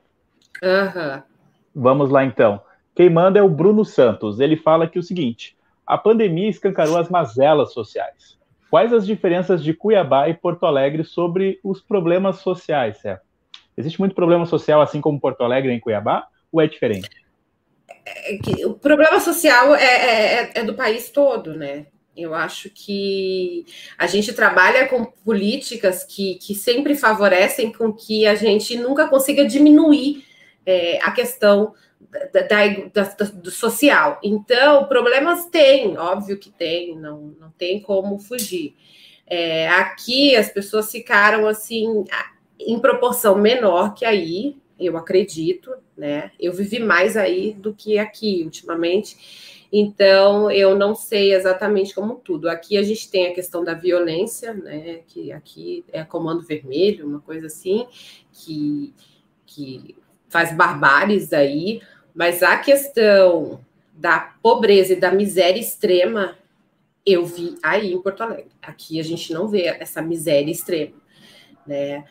Vamos lá, então. Quem manda é o Bruno Santos. Ele fala aqui o seguinte: a pandemia escancarou as mazelas sociais. Quais as diferenças de Cuiabá e Porto Alegre sobre os problemas sociais, certo? Existe muito problema social, assim como Porto Alegre em Cuiabá, ou é diferente? O problema social é do país todo, né? Eu acho que a gente trabalha com políticas que sempre favorecem com que a gente nunca consiga diminuir a questão do social. Então, problemas tem, óbvio que tem, não tem como fugir. Aqui as pessoas ficaram assim em proporção menor que aí, eu acredito, né? Eu vivi mais aí do que aqui ultimamente, então eu não sei exatamente como tudo. Aqui a gente tem a questão da violência, né? Que aqui é comando vermelho, uma coisa assim, que faz barbáries aí, mas a questão da pobreza e da miséria extrema eu vi aí em Porto Alegre. Aqui a gente não vê essa miséria extrema, né?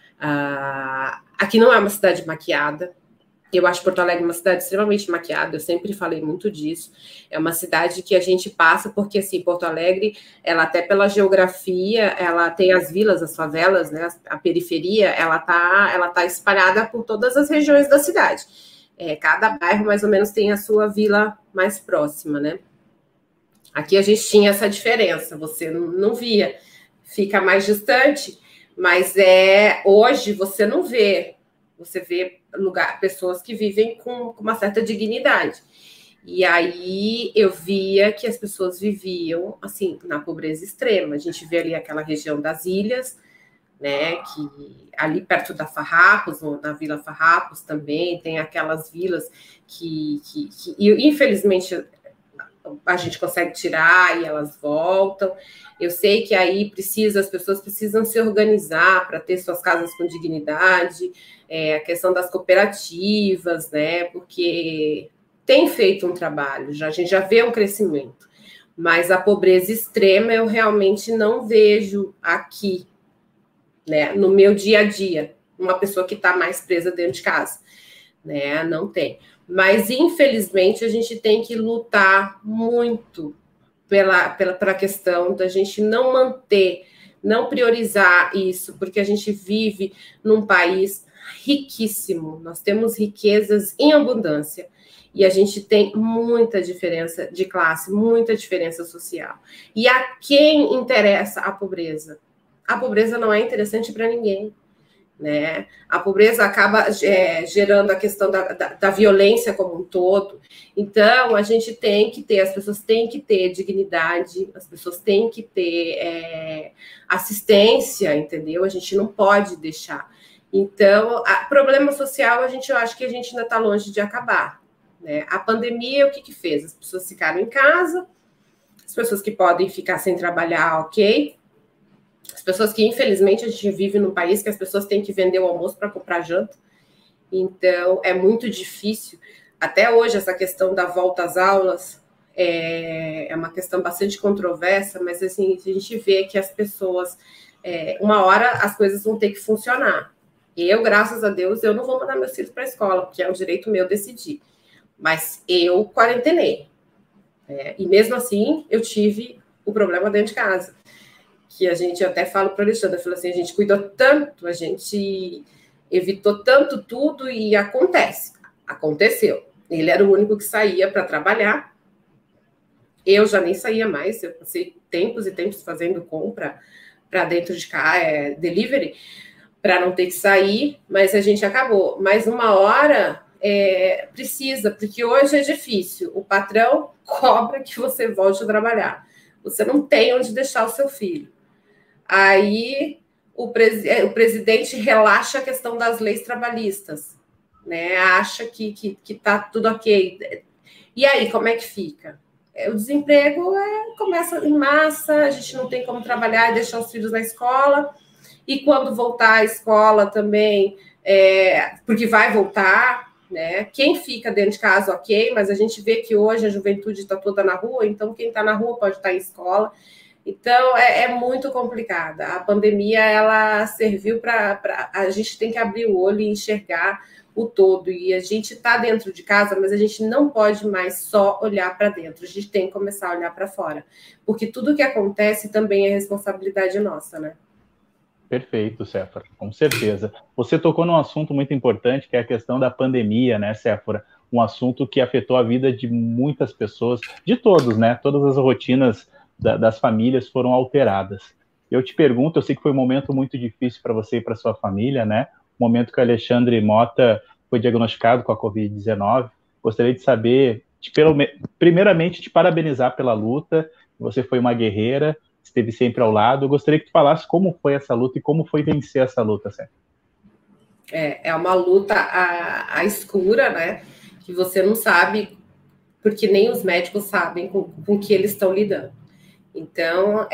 Aqui não é uma cidade maquiada. Eu acho Porto Alegre uma cidade extremamente maquiada, eu sempre falei muito disso. É uma cidade que a gente passa, porque assim, Porto Alegre, ela até pela geografia, ela tem as vilas, as favelas, né? A periferia, ela tá espalhada por todas as regiões da cidade. Cada bairro, mais ou menos, tem a sua vila mais próxima, né? Aqui a gente tinha essa diferença, você não via, fica mais distante, mas hoje você não vê, você vê pessoas que vivem com uma certa dignidade. E aí eu via que as pessoas viviam assim na pobreza extrema. A gente vê ali aquela região das ilhas, né? Que ali perto da Farrapos, na Vila Farrapos também tem aquelas vilas que infelizmente a gente consegue tirar e elas voltam. Eu sei que aí as pessoas precisam se organizar para ter suas casas com dignidade, a questão das cooperativas, né? Porque tem feito um trabalho, a gente já vê um crescimento, mas a pobreza extrema eu realmente não vejo aqui, né? No meu dia a dia, uma pessoa que está mais presa dentro de casa, né? Não tem. Mas, infelizmente, a gente tem que lutar muito pela questão da gente não manter, não priorizar isso, porque a gente vive num país riquíssimo, nós temos riquezas em abundância, e a gente tem muita diferença de classe, muita diferença social. E a quem interessa a pobreza? A pobreza não é interessante para ninguém. Né? A pobreza acaba gerando a questão da violência como um todo. Então, a gente tem que ter, as pessoas têm que ter dignidade, as pessoas têm que ter assistência, entendeu? A gente não pode deixar. Então, problema social, eu acho que a gente ainda está longe de acabar. Né? A pandemia, o que fez? As pessoas ficaram em casa, as pessoas que podem ficar sem trabalhar, ok. As pessoas que, infelizmente, a gente vive num país que as pessoas têm que vender o almoço para comprar janta. Então, é muito difícil. Até hoje, essa questão da volta às aulas é uma questão bastante controversa, mas assim, a gente vê que as pessoas, uma hora as coisas vão ter que funcionar. Eu, graças a Deus, eu não vou mandar meus filhos para a escola, porque é um direito meu decidir. Mas eu quarentenei. E mesmo assim, eu tive o problema dentro de casa. Que a gente, eu até falo para o Alexandre, eu falo assim, a gente cuidou tanto, a gente evitou tanto tudo e aconteceu. Ele era o único que saía para trabalhar, eu já nem saía mais, eu passei tempos e tempos fazendo compra para dentro de casa, delivery, para não ter que sair, mas a gente acabou. Mas uma hora precisa, porque hoje é difícil, o patrão cobra que você volte a trabalhar, você não tem onde deixar o seu filho. Aí o presidente relaxa a questão das leis trabalhistas. né? Acha que tá tudo ok. E aí, como é que fica? O desemprego começa em massa, a gente não tem como trabalhar e deixar os filhos na escola, e quando voltar à escola também, porque vai voltar, né? Quem fica dentro de casa, ok, mas a gente vê que hoje a juventude está toda na rua, então quem está na rua pode estar em escola. Então, é muito complicada. A pandemia, ela serviu para... A gente tem que abrir o olho e enxergar o todo. E a gente está dentro de casa, mas a gente não pode mais só olhar para dentro. A gente tem que começar a olhar para fora. Porque tudo que acontece também é responsabilidade nossa, né? Perfeito, Séfora, com certeza. Você tocou num assunto muito importante, que é a questão da pandemia, né, Séfora? Um assunto que afetou a vida de muitas pessoas, de todos, né? Todas as rotinas das famílias foram alteradas. Eu te pergunto, eu sei que foi um momento muito difícil para você e para sua família, né? O momento que o Alexandre Mota foi diagnosticado com a Covid-19. Gostaria de saber, primeiramente, te parabenizar pela luta. Você foi uma guerreira, esteve sempre ao lado. Eu gostaria que tu falasse como foi essa luta e como foi vencer essa luta, sempre. É uma luta à escura, né? Que você não sabe, porque nem os médicos sabem com que eles estão lidando. Então,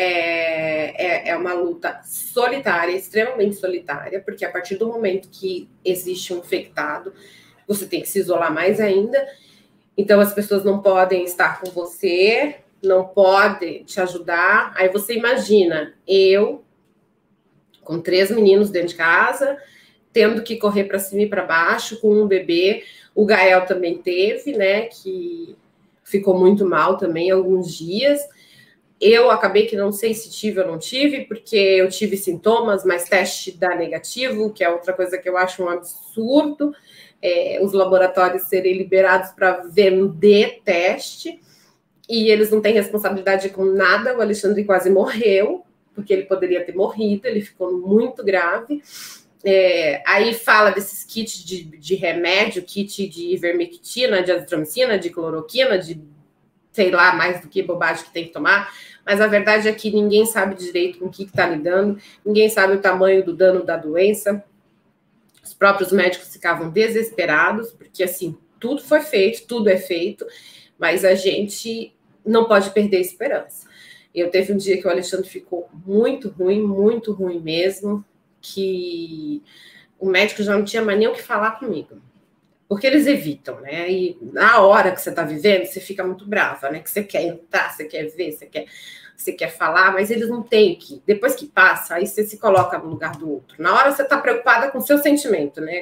é uma luta solitária, extremamente solitária, porque a partir do momento que existe um infectado, você tem que se isolar mais ainda. Então, as pessoas não podem estar com você, não podem te ajudar. Aí você imagina, eu, com 3 meninos dentro de casa, tendo que correr para cima e para baixo, com um bebê. O Gael também teve, né, que ficou muito mal também alguns dias. Eu acabei que não sei se tive ou não tive, porque eu tive sintomas, mas teste dá negativo, que é outra coisa que eu acho um absurdo, os laboratórios serem liberados para vender teste, e eles não têm responsabilidade com nada. O Alexandre quase morreu, porque ele poderia ter morrido, ele ficou muito grave. Aí fala desses kits de remédio, kit de ivermectina, de azitromicina, de cloroquina, de sei lá, mais do que bobagem que tem que tomar, mas a verdade é que ninguém sabe direito com o que está lidando, ninguém sabe o tamanho do dano da doença. Os próprios médicos ficavam desesperados, porque assim, tudo foi feito, tudo é feito, mas a gente não pode perder a esperança. Eu teve um dia que o Alexandre ficou muito ruim mesmo, que o médico já não tinha mais nem o que falar comigo. Porque eles evitam, né? E na hora que você está vivendo, você fica muito brava, né? Que você quer entrar, você quer ver, você quer falar, mas eles não têm que. Depois que passa, aí você se coloca no lugar do outro. Na hora você está preocupada com o seu sentimento, né?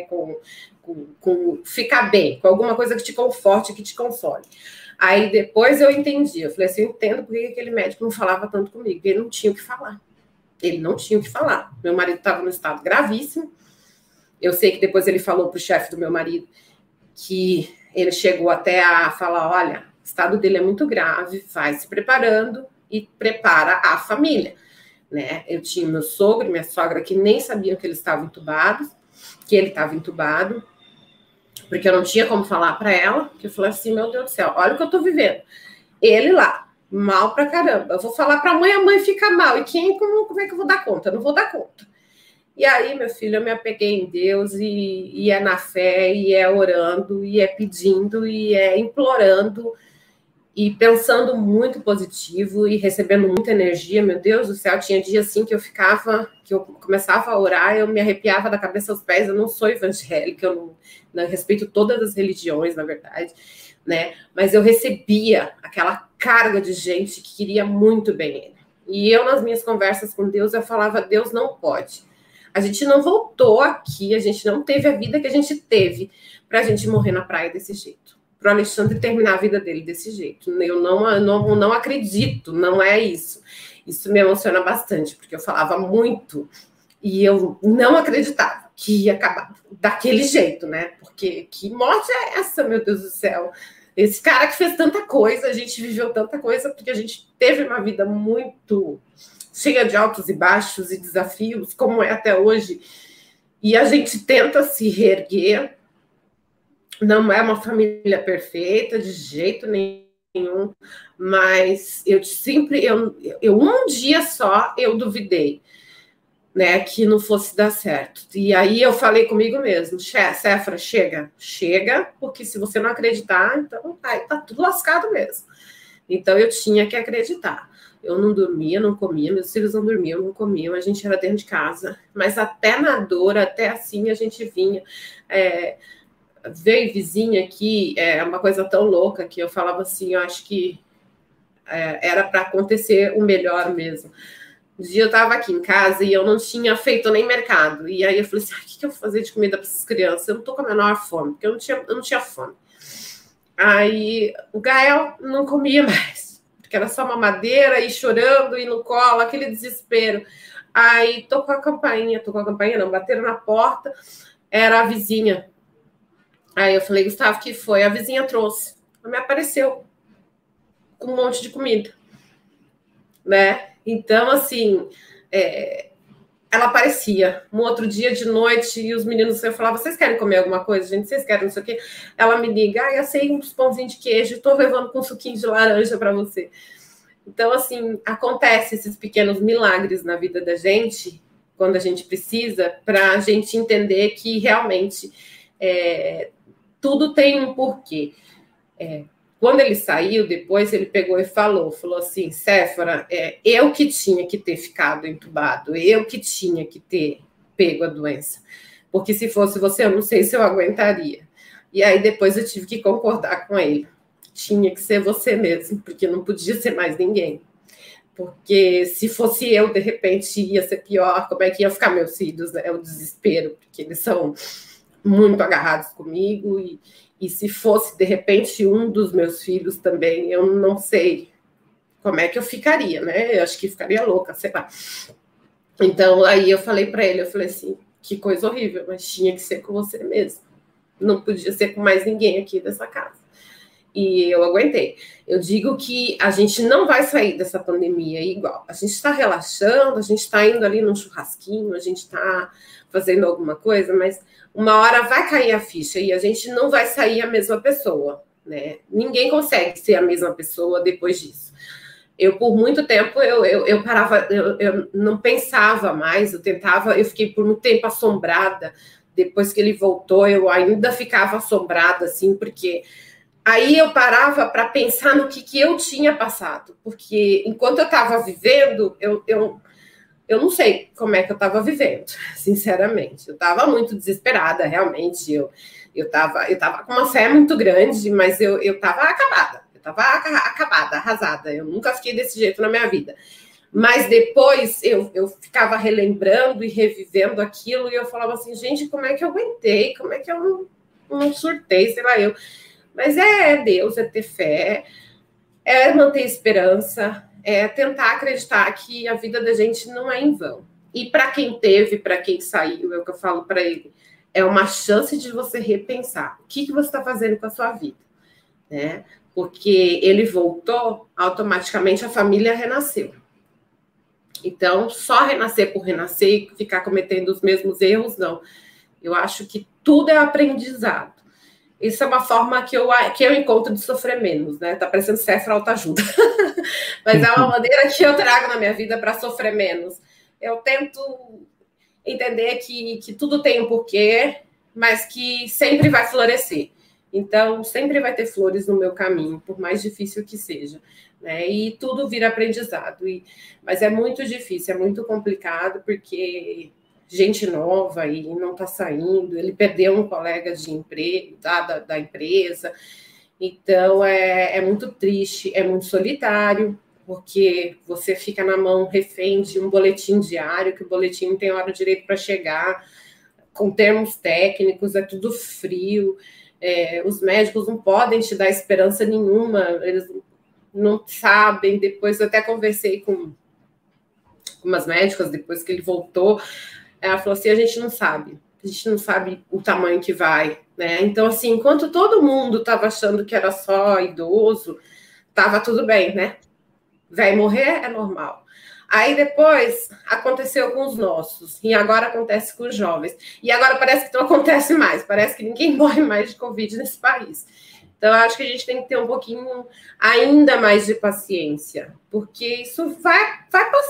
Com ficar bem, com alguma coisa que te conforte, que te console. Aí depois eu entendi. Eu falei assim, eu entendo por que aquele médico não falava tanto comigo. Ele não tinha o que falar. Ele não tinha o que falar. Meu marido estava num estado gravíssimo. Eu sei que depois ele falou para o chefe do meu marido que ele chegou até a falar, olha, o estado dele é muito grave, vai se preparando e prepara a família, né? Eu tinha meu sogro e minha sogra que nem sabiam que eles estavam entubados, que ele estava entubado, porque eu não tinha como falar para ela, que eu falei assim, meu Deus do céu, olha o que eu tô vivendo. Ele lá, mal pra caramba. Eu vou falar pra mãe, a mãe fica mal. E como é que eu vou dar conta? Eu não vou dar conta. E aí, meu filho, eu me apeguei em Deus e é na fé, e é orando, e é pedindo, e é implorando, e pensando muito positivo, e recebendo muita energia. Meu Deus do céu, tinha dia assim que eu começava a orar, eu me arrepiava da cabeça aos pés. Eu não sou evangélica, eu não respeito todas as religiões, na verdade, né? Mas eu recebia aquela carga de gente que queria muito bem ele. E eu, nas minhas conversas com Deus, eu falava, Deus não pode. A gente não voltou aqui, a gente não teve a vida que a gente teve para a gente morrer na praia desse jeito. Para o Alexandre terminar a vida dele desse jeito. Eu não acredito, não é isso. Isso me emociona bastante, porque eu falava muito e eu não acreditava que ia acabar daquele jeito, né? Porque que morte é essa, meu Deus do céu? Esse cara que fez tanta coisa, a gente viveu tanta coisa, porque a gente teve uma vida muito cheia de altos e baixos e desafios, como é até hoje, e a gente tenta se reerguer. Não é uma família perfeita, de jeito nenhum, mas um dia só eu duvidei. né, que não fosse dar certo. E aí eu falei comigo mesmo, Séfora, chega, porque se você não acreditar, então aí tá tudo lascado mesmo. Então eu tinha que acreditar. Eu não dormia, não comia, meus filhos não dormiam, não comiam, a gente era dentro de casa. Mas até na dor, até assim a gente vinha. Veio vizinha aqui, é uma coisa tão louca que eu falava assim, eu acho que era para acontecer o melhor mesmo. Um dia eu estava aqui em casa e eu não tinha feito nem mercado. E aí eu falei assim, o que eu vou fazer de comida para essas crianças? Eu não estou com a menor fome, porque eu não tinha fome. Aí o Gael não comia mais, porque era só mamadeira e chorando e no colo, aquele desespero. Aí tocou a campainha não, bateram na porta, era a vizinha. Aí eu falei, Gustavo, que foi? A vizinha trouxe. Ela me apareceu com um monte de comida, né? Então, assim, ela aparecia um outro dia de noite e os meninos, eu falava, vocês querem comer alguma coisa, gente? Vocês querem não sei o quê? Ela me liga, eu sei uns pãozinhos de queijo, estou levando com um suquinho de laranja para você. Então, assim, acontece esses pequenos milagres na vida da gente, quando a gente precisa, para a gente entender que realmente tudo tem um porquê. Quando ele saiu, depois ele pegou e falou assim, Séfora, eu que tinha que ter ficado entubado, eu que tinha que ter pego a doença, porque se fosse você, eu não sei se eu aguentaria. E aí depois eu tive que concordar com ele, tinha que ser você mesmo, porque não podia ser mais ninguém, porque se fosse eu, de repente ia ser pior, como é que ia ficar meus filhos, né? O desespero, porque eles são muito agarrados comigo e se fosse, de repente, um dos meus filhos também, eu não sei como é que eu ficaria, né? Eu acho que ficaria louca, sei lá. Então, aí eu falei para ele, eu falei assim, que coisa horrível, mas tinha que ser com você mesmo. Não podia ser com mais ninguém aqui dessa casa. E eu aguentei. Eu digo que a gente não vai sair dessa pandemia igual. A gente está relaxando, a gente está indo ali num churrasquinho, a gente está fazendo alguma coisa, mas uma hora vai cair a ficha e a gente não vai sair a mesma pessoa, né? Ninguém consegue ser a mesma pessoa depois disso. Eu, por muito tempo, eu parava, eu não pensava mais, eu fiquei por muito tempo assombrada. Depois que ele voltou, eu ainda ficava assombrada, assim, porque aí eu parava para pensar no que eu tinha passado, porque enquanto eu estava vivendo, eu não sei como é que eu estava vivendo, sinceramente. Eu estava muito desesperada, realmente. Eu estava com uma fé muito grande, mas eu estava acabada. Eu estava acabada, arrasada. Eu nunca fiquei desse jeito na minha vida. Mas depois eu ficava relembrando e revivendo aquilo, e eu falava assim, gente, como é que eu aguentei? Como é que eu não surtei? Sei lá, eu... Mas é Deus, é ter fé, é manter esperança, é tentar acreditar que a vida da gente não é em vão. E para quem teve, para quem saiu, é o que eu falo para ele, é uma chance de você repensar o que você está fazendo com a sua vida, né? Porque ele voltou, automaticamente a família renasceu. Então, só renascer por renascer e ficar cometendo os mesmos erros, não. Eu acho que tudo é aprendizado. Isso é uma forma que eu encontro de sofrer menos, né? Tá parecendo Séfora autoajuda. Mas é uma maneira que eu trago na minha vida para sofrer menos. Eu tento entender que tudo tem um porquê, mas que sempre vai florescer. Então, sempre vai ter flores no meu caminho, por mais difícil que seja, né? E tudo vira aprendizado. Mas é muito difícil, é muito complicado, porque gente nova e não está saindo, ele perdeu um colega de emprego da empresa, então é muito triste, é muito solitário, porque você fica na mão refém de um boletim diário, que o boletim não tem hora direito para chegar, com termos técnicos, é tudo frio, os médicos não podem te dar esperança nenhuma, eles não sabem. Depois eu até conversei com umas médicas, depois que ele voltou, ela falou assim, a gente não sabe o tamanho que vai, né? Então, assim, enquanto todo mundo estava achando que era só idoso, estava tudo bem, né? Vai morrer é normal. Aí depois aconteceu com os nossos, e agora acontece com os jovens. E agora parece que não acontece mais, parece que ninguém morre mais de Covid nesse país. Então, eu acho que a gente tem que ter um pouquinho ainda mais de paciência, porque isso vai passar.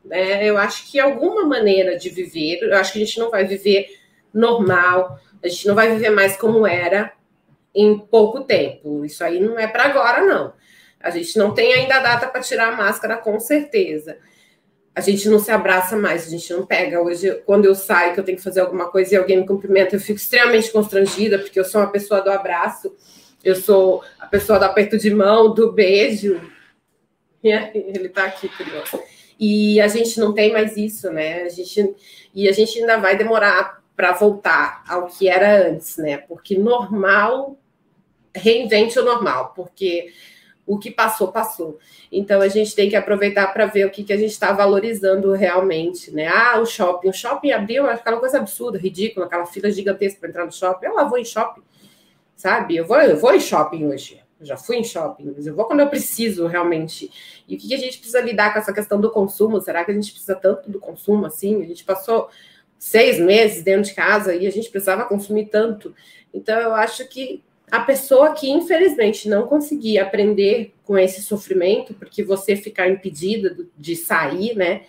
né? Eu acho que alguma maneira de viver, eu acho que a gente não vai viver normal, a gente não vai viver mais como era em pouco tempo. Isso aí não é para agora, não. A gente não tem ainda a data para tirar a máscara, com certeza. A gente não se abraça mais, a gente não pega. Hoje, quando eu saio, que eu tenho que fazer alguma coisa e alguém me cumprimenta, eu fico extremamente constrangida, porque eu sou uma pessoa do abraço, eu sou a pessoa do aperto de mão, do beijo. Ele está aqui, curioso. E a gente não tem mais isso, né? A gente ainda vai demorar para voltar ao que era antes, né? Porque normal, reinvente o normal, porque o que passou, passou. Então, a gente tem que aproveitar para ver o que a gente está valorizando realmente, né? O shopping. O shopping abriu aquela coisa absurda, ridícula, aquela fila gigantesca para entrar no shopping. Eu lá vou em shopping, sabe? Eu vou em shopping hoje. Eu já fui em shopping, mas eu vou quando eu preciso realmente. E o que a gente precisa lidar com essa questão do consumo? Será que a gente precisa tanto do consumo assim? A gente passou 6 meses dentro de casa e a gente precisava consumir tanto. Então, eu acho que a pessoa que, infelizmente, não conseguir aprender com esse sofrimento, porque você ficar impedida de sair, né,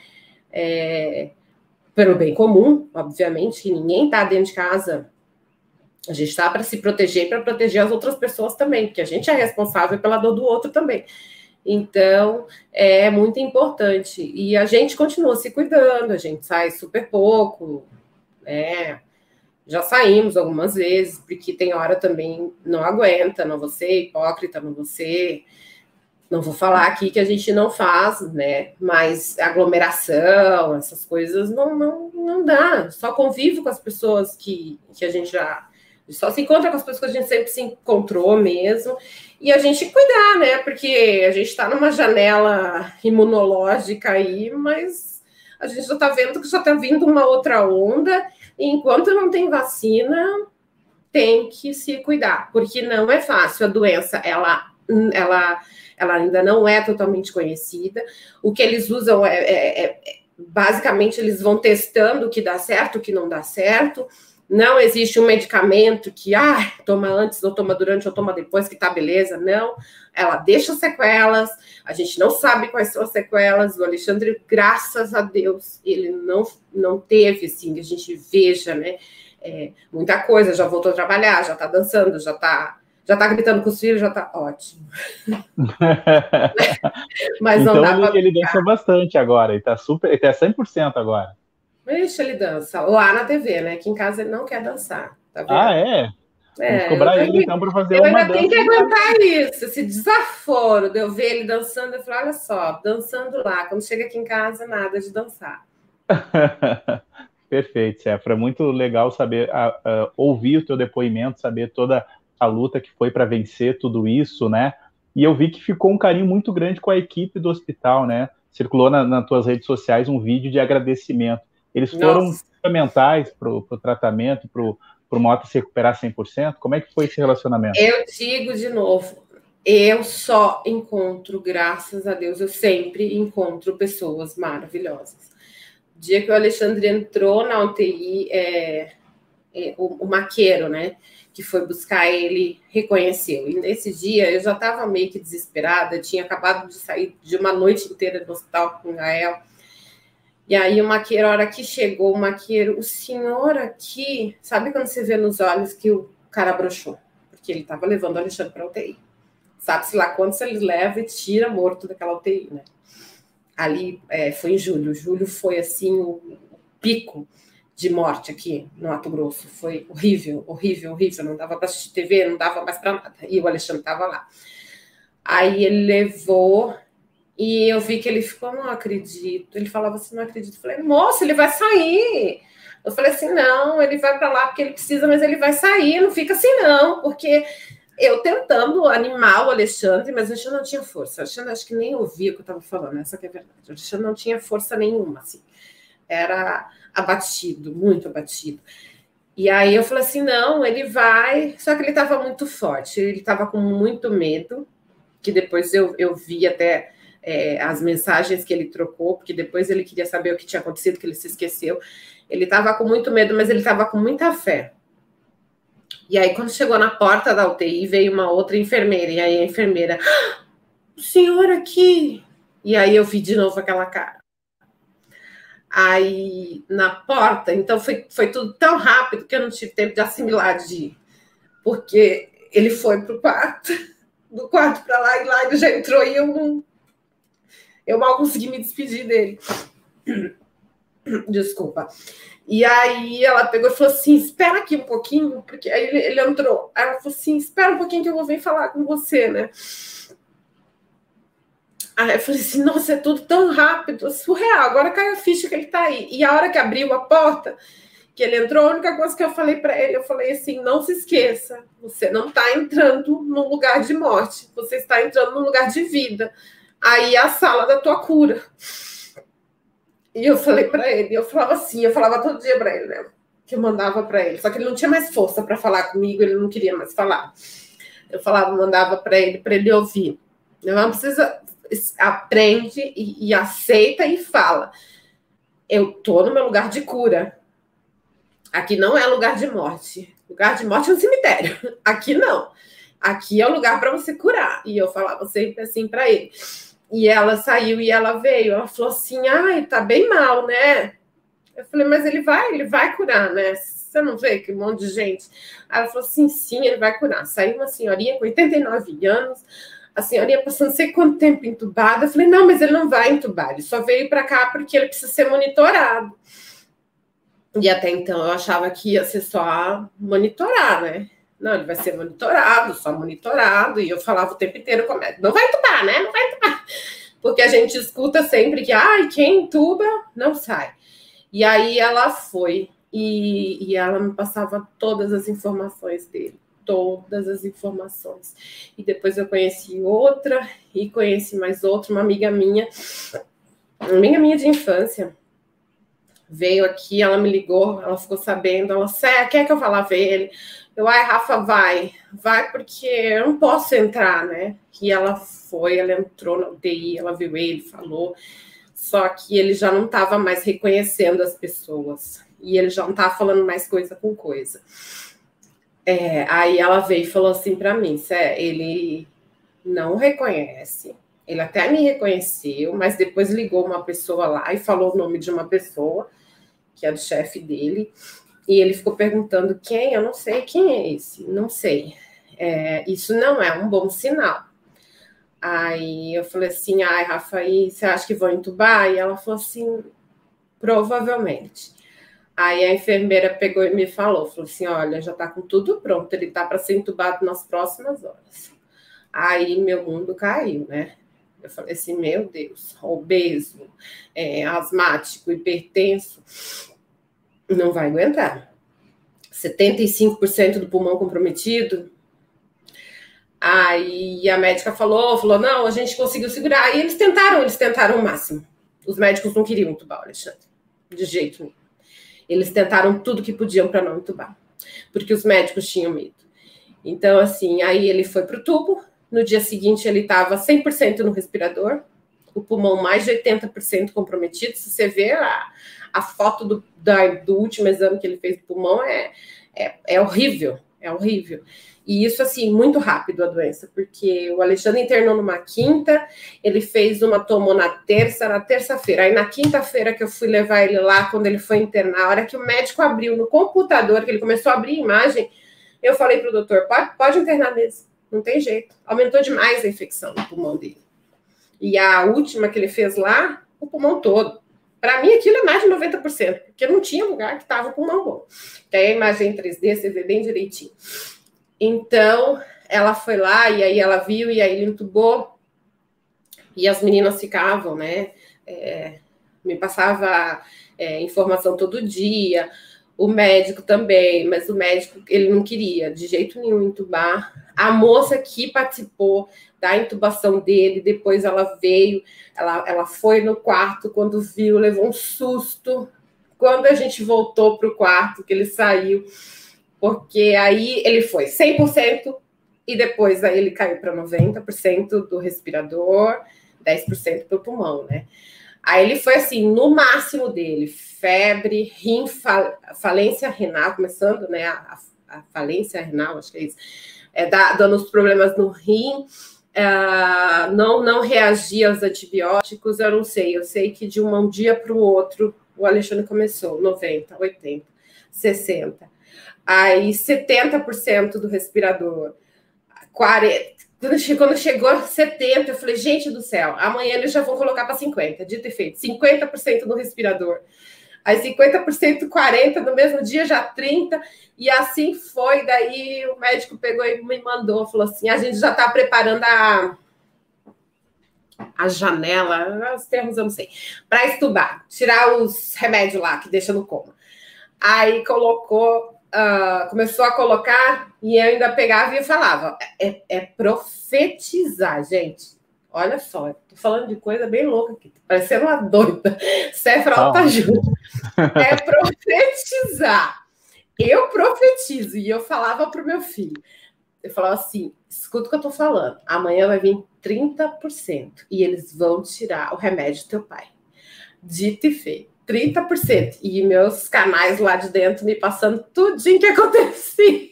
pelo bem comum, obviamente, que ninguém está dentro de casa, a gente está para se proteger e para proteger as outras pessoas também, porque a gente é responsável pela dor do outro também. Então, é muito importante. E a gente continua se cuidando, a gente sai super pouco, né? Já saímos algumas vezes, porque tem hora também não aguenta, não vou ser hipócrita, não vou falar aqui que a gente não faz, né? Mas aglomeração, essas coisas não dá. Só convive com as pessoas que a gente já só se encontra com as pessoas que a gente sempre se encontrou mesmo. E a gente cuidar, né? Porque a gente está numa janela imunológica aí, mas a gente já está vendo que já está vindo uma outra onda. E enquanto não tem vacina, tem que se cuidar, porque não é fácil. A doença, ela ainda não é totalmente conhecida. O que eles usam basicamente, eles vão testando o que dá certo, o que não dá certo. Não existe um medicamento que, toma antes, ou toma durante, ou toma depois, que tá beleza. Não, ela deixa sequelas, a gente não sabe quais são as sequelas. O Alexandre, graças a Deus, ele não teve, assim, que a gente veja, né, muita coisa, já voltou a trabalhar, já tá dançando, já tá gritando com os filhos, já tá ótimo. Mas então, não dá ele dança bastante agora, ele tá 100% agora. Deixa ele dança. Lá na TV, né? Que em casa ele não quer dançar. Tá vendo? É? Vamos cobrar ele, então, para fazer uma dança. Eu ainda tenho que aguentar isso, esse desaforo de eu ver ele dançando. Eu falo, olha só, dançando lá. Quando chega aqui em casa, nada de dançar. Perfeito, Séfora. Muito legal saber, ouvir o teu depoimento, saber toda a luta que foi para vencer tudo isso, né? E eu vi que ficou um carinho muito grande com a equipe do hospital, né? Circulou nas tuas redes sociais um vídeo de agradecimento. Eles foram fundamentais para o tratamento, para o Mota se recuperar 100%? Como é que foi esse relacionamento? Eu digo de novo, eu só encontro, graças a Deus, eu sempre encontro pessoas maravilhosas. O dia que o Alexandre entrou na UTI, o maqueiro, né, que foi buscar ele, reconheceu. E nesse dia eu já estava meio que desesperada, tinha acabado de sair de uma noite inteira do hospital com o Gael. E aí o maqueiro, a hora que chegou, o senhor aqui, sabe quando você vê nos olhos que o cara broxou? Porque ele estava levando o Alexandre para a UTI. Sabe-se lá quando ele leva e tira morto daquela UTI, né? Ali foi em julho. Julho foi, assim, o pico de morte aqui no Mato Grosso. Foi horrível, horrível, horrível. Não dava para assistir TV, não dava mais para nada. E o Alexandre estava lá. Aí ele levou... E eu vi que ele ficou, não acredito. Ele falava assim, não acredito. Eu falei, moça, ele vai sair. Eu falei assim, não, ele vai para lá porque ele precisa, mas ele vai sair. Não fica assim, não. Porque eu tentando animar o Alexandre, mas o Alexandre não tinha força. O Alexandre acho que nem ouvia o que eu estava falando. Essa que é a verdade. O Alexandre não tinha força nenhuma, assim. Era abatido, muito abatido. E aí eu falei assim, não, ele vai. Só que ele estava muito forte. Ele estava com muito medo, que depois eu vi até... as mensagens que ele trocou, porque depois ele queria saber o que tinha acontecido, que ele se esqueceu. Ele estava com muito medo, mas ele estava com muita fé. E aí, quando chegou na porta da UTI, veio uma outra enfermeira, e aí a enfermeira, o senhor aqui? E aí eu vi de novo aquela cara. Aí, na porta, então foi tudo tão rápido que eu não tive tempo de assimilar porque ele foi pro quarto, do quarto para lá, e lá ele já entrou e eu mal consegui me despedir dele. Desculpa. E aí ela pegou e falou assim, espera aqui um pouquinho, porque aí ele entrou. Aí ela falou assim, espera um pouquinho que eu vou vir falar com você, né? Aí eu falei assim, nossa, é tudo tão rápido, surreal, agora caiu a ficha que ele tá aí. E a hora que abriu a porta, que ele entrou, a única coisa que eu falei para ele, eu falei assim, não se esqueça, você não está entrando num lugar de morte, você está entrando num lugar de vida. Aí é a sala da tua cura. E eu falei para ele, eu falava assim, eu falava todo dia para ele, né? Que eu mandava para ele, só que ele não tinha mais força para falar comigo, ele não queria mais falar. Eu falava, mandava para ele ouvir. Não precisa, aprende e aceita e fala. Eu tô no meu lugar de cura. Aqui não é lugar de morte. Lugar de morte é um cemitério. Aqui não. Aqui é o lugar para você curar. E eu falava sempre assim para ele. E ela saiu e ela veio. Ela falou assim, ai, tá bem mal, né? Eu falei, mas ele vai curar, né? Você não vê que um monte de gente... Aí ela falou assim, sim, ele vai curar. Saiu uma senhorinha com 89 anos, a senhorinha passando não sei quanto tempo entubada. Eu falei, não, mas ele não vai entubar. Ele só veio para cá porque ele precisa ser monitorado. E até então eu achava que ia ser só monitorar, né? Não, ele vai ser monitorado, só monitorado. E eu falava o tempo inteiro com o médico, não vai entubar, né? Não vai entubar. Porque a gente escuta sempre que, ai, quem entuba não sai. E aí ela foi e ela me passava todas as informações dele. Todas as informações. E depois eu conheci outra e conheci mais outra, uma amiga minha de infância. Veio aqui, ela me ligou, ela ficou sabendo, ela quer que eu vá lá ver ele? Eu, ai, Rafa, vai porque eu não posso entrar, né? E ela foi, ela entrou na UTI, ela viu ele, falou, só que ele já não estava mais reconhecendo as pessoas, e ele já não estava falando mais coisa com coisa. Aí ela veio e falou assim para mim, ele não reconhece, ele até me reconheceu, mas depois ligou uma pessoa lá e falou o nome de uma pessoa, que é do chefe dele, e ele ficou perguntando quem, eu não sei quem é esse, não sei. Isso não é um bom sinal. Aí eu falei assim, ai, Rafa, aí você acha que vão entubar? E ela falou assim, provavelmente. Aí a enfermeira pegou e me falou assim, olha, já tá com tudo pronto, ele tá para ser entubado nas próximas horas. Aí meu mundo caiu, né? Eu falei assim, meu Deus, obeso, asmático, hipertenso, não vai aguentar. 75% do pulmão comprometido. Aí a médica falou, não, a gente conseguiu segurar. E eles tentaram o máximo. Os médicos não queriam entubar o Alexandre, de jeito nenhum. Eles tentaram tudo que podiam para não entubar, porque os médicos tinham medo. Então, assim, aí ele foi para o tubo. No dia seguinte, ele estava 100% no respirador, o pulmão mais de 80% comprometido. Se você ver a foto do último exame que ele fez do pulmão, é horrível, é horrível. E isso, assim, muito rápido a doença, porque o Alexandre internou numa quinta, ele fez uma tomo na terça-feira. Aí na quinta-feira que eu fui levar ele lá, quando ele foi internar, a hora que o médico abriu no computador, que ele começou a abrir imagem, eu falei para o doutor, pode internar mesmo, não tem jeito. Aumentou demais a infecção no pulmão dele. E a última que ele fez lá, o pulmão todo. Para mim, aquilo é mais de 90%, porque não tinha lugar que estava o pulmão bom. Tem a imagem em 3D, você vê bem direitinho. Então, ela foi lá, e aí ela viu, e aí ele entubou, e as meninas ficavam, né? Me passava informação todo dia, o médico também, mas o médico, ele não queria de jeito nenhum entubar. A moça que participou da intubação dele, depois ela veio, ela foi no quarto, quando viu, levou um susto. Quando a gente voltou para o quarto, que ele saiu, porque aí ele foi 100% e depois aí ele caiu para 90% do respirador, 10% do pulmão, né? Aí ele foi assim, no máximo dele, febre, falência renal, começando, né, a falência renal, acho que é isso, dando os problemas no rim, não reagia aos antibióticos, eu não sei, eu sei que de um dia para o outro O Alexandre começou 90, 80, 60. Aí 70% do respirador, 40. Quando chegou a 70, eu falei, gente do céu, amanhã eles já vão colocar para 50, dito e feito, 50% no respirador. Aí 50%, 40%, no mesmo dia já 30%, e assim foi. Daí o médico pegou e me mandou, falou assim, a gente já está preparando a janela, os termos eu não sei, para estubar, tirar os remédios lá que deixa no coma. Aí começou a colocar e eu ainda pegava e falava, é profetizar, gente. Olha só, tô falando de coisa bem louca aqui, parecendo uma doida. Cefra autoajuda. É profetizar. Eu profetizo e eu falava pro meu filho. Eu falava assim, escuta o que eu tô falando. Amanhã vai vir 30% e eles vão tirar o remédio do teu pai. Dito e feito. 30%. E meus canais lá de dentro me passando tudinho que acontecia.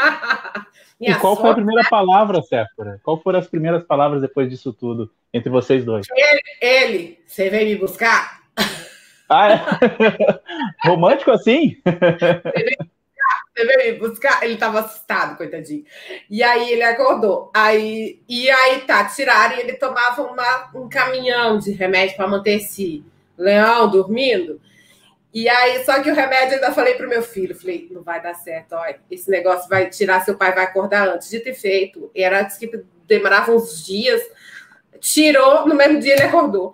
E qual foi a primeira palavra, Séfora? Qual foram as primeiras palavras depois disso tudo, entre vocês dois? Ele, você veio me buscar? Ah, é? Romântico assim? Você veio me buscar? Ele estava assustado, coitadinho. E aí ele acordou. Tiraram e ele tomava um caminhão de remédio para manter esse leão dormindo. E aí, só que o remédio eu ainda falei pro meu filho, falei, não vai dar certo, olha, esse negócio vai tirar, seu pai vai acordar antes de ter feito. Era que demorava uns dias, tirou, no mesmo dia ele acordou.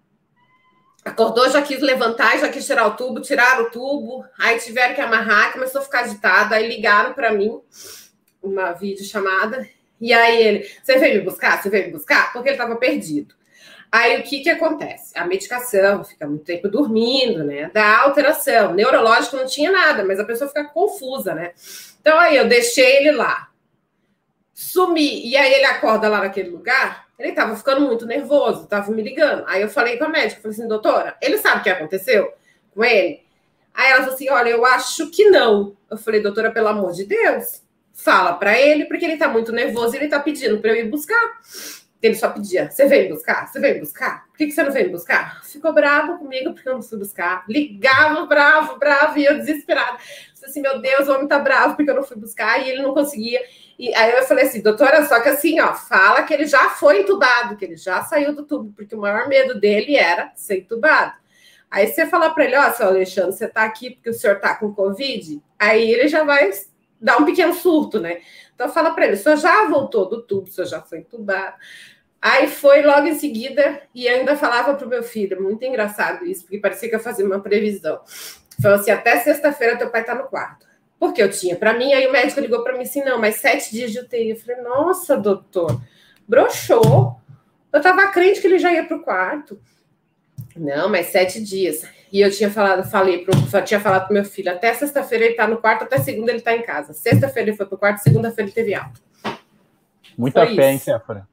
Acordou, já quis levantar, já quis tirar o tubo, tiraram o tubo, aí tiveram que amarrar, começou a ficar agitado, aí ligaram para mim, uma videochamada, e aí ele, você veio me buscar? Você veio me buscar? Porque ele estava perdido. Aí o que acontece? A medicação fica muito tempo dormindo, né? Dá alteração. Neurológico não tinha nada, mas a pessoa fica confusa, né? Então aí eu deixei ele lá. Sumi. E aí ele acorda lá naquele lugar, ele tava ficando muito nervoso, tava me ligando. Aí eu falei com a médica, falei assim, doutora, ele sabe o que aconteceu com ele? Aí ela falou assim, olha, eu acho que não. Eu falei, doutora, pelo amor de Deus, fala pra ele, porque ele tá muito nervoso e ele tá pedindo pra eu ir buscar. Ele só pedia, você veio buscar? Você veio buscar? Por que você não veio buscar? Ficou bravo comigo porque eu não fui buscar. Ligava bravo, e eu desesperada. Disse assim, meu Deus, o homem tá bravo porque eu não fui buscar e ele não conseguia. E aí eu falei assim, doutora, só que assim, ó, fala que ele já foi entubado, que ele já saiu do tubo, porque o maior medo dele era ser entubado. Aí você fala para ele, ó, seu Alexandre, você tá aqui porque o senhor tá com Covid? Aí ele já vai dar um pequeno surto, né? Então fala para ele, o senhor já voltou do tubo, o senhor já foi entubado. Aí foi logo em seguida, e ainda falava para o meu filho, muito engraçado isso, porque parecia que eu fazia uma previsão. Falou assim, até sexta-feira teu pai tá no quarto. Porque eu tinha para mim, aí o médico ligou para mim assim, não, mas 7 dias de UTI. Eu falei, nossa, doutor, broxou. Eu tava crente que ele já ia pro quarto. Não, mas 7 dias. E eu tinha falado pro meu filho, até sexta-feira ele tá no quarto, até segunda ele tá em casa. Sexta-feira ele foi pro quarto, segunda-feira ele teve alta. Muita fé, hein, Séfora?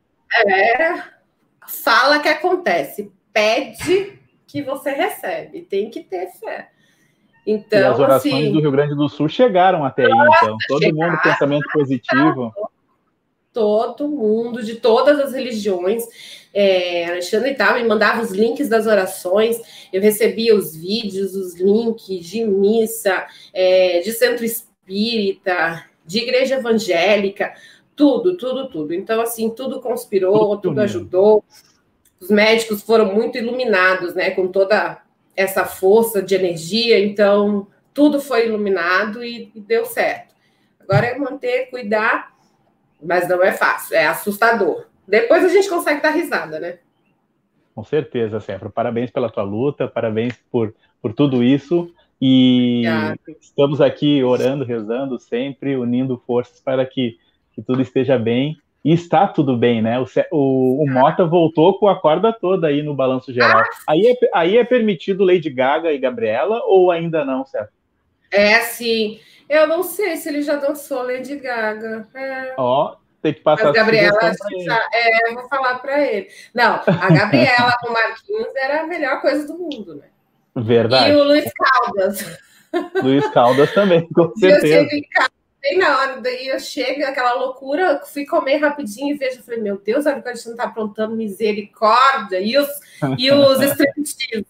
Fala que acontece, pede que você recebe, tem que ter fé. Então, e as orações assim, do Rio Grande do Sul chegaram até aí, então. Todo mundo pensamento positivo. Todo mundo, de todas as religiões. Alexandre e tal, me mandava os links das orações, eu recebia os vídeos, os links de missa, de centro espírita, de igreja evangélica, tudo. Então, assim, tudo conspirou, tudo ajudou. Os médicos foram muito iluminados, né, com toda essa força de energia, então tudo foi iluminado e deu certo. Agora é manter, cuidar, mas não é fácil, é assustador. Depois a gente consegue dar risada, né? Com certeza, Séfora. Parabéns pela tua luta, parabéns por tudo isso. E estamos aqui orando, rezando sempre, unindo forças para que tudo esteja bem. E está tudo bem, né? O Mota voltou com a corda toda aí no balanço geral. Aí é permitido Lady Gaga e Gabriela ou ainda não, Séfora? Sim. Eu não sei se ele já dançou Lady Gaga. Tem que passar. Mas Gabriela, eu vou falar para ele. Não, a Gabriela com o Marquinhos era a melhor coisa do mundo, né? Verdade. E o Luiz Caldas. Luiz Caldas também, com certeza. bem na hora, daí eu chego, aquela loucura, fui comer rapidinho e vejo, falei, meu Deus, olha o que a gente não tá aprontando, misericórdia, e os striptease.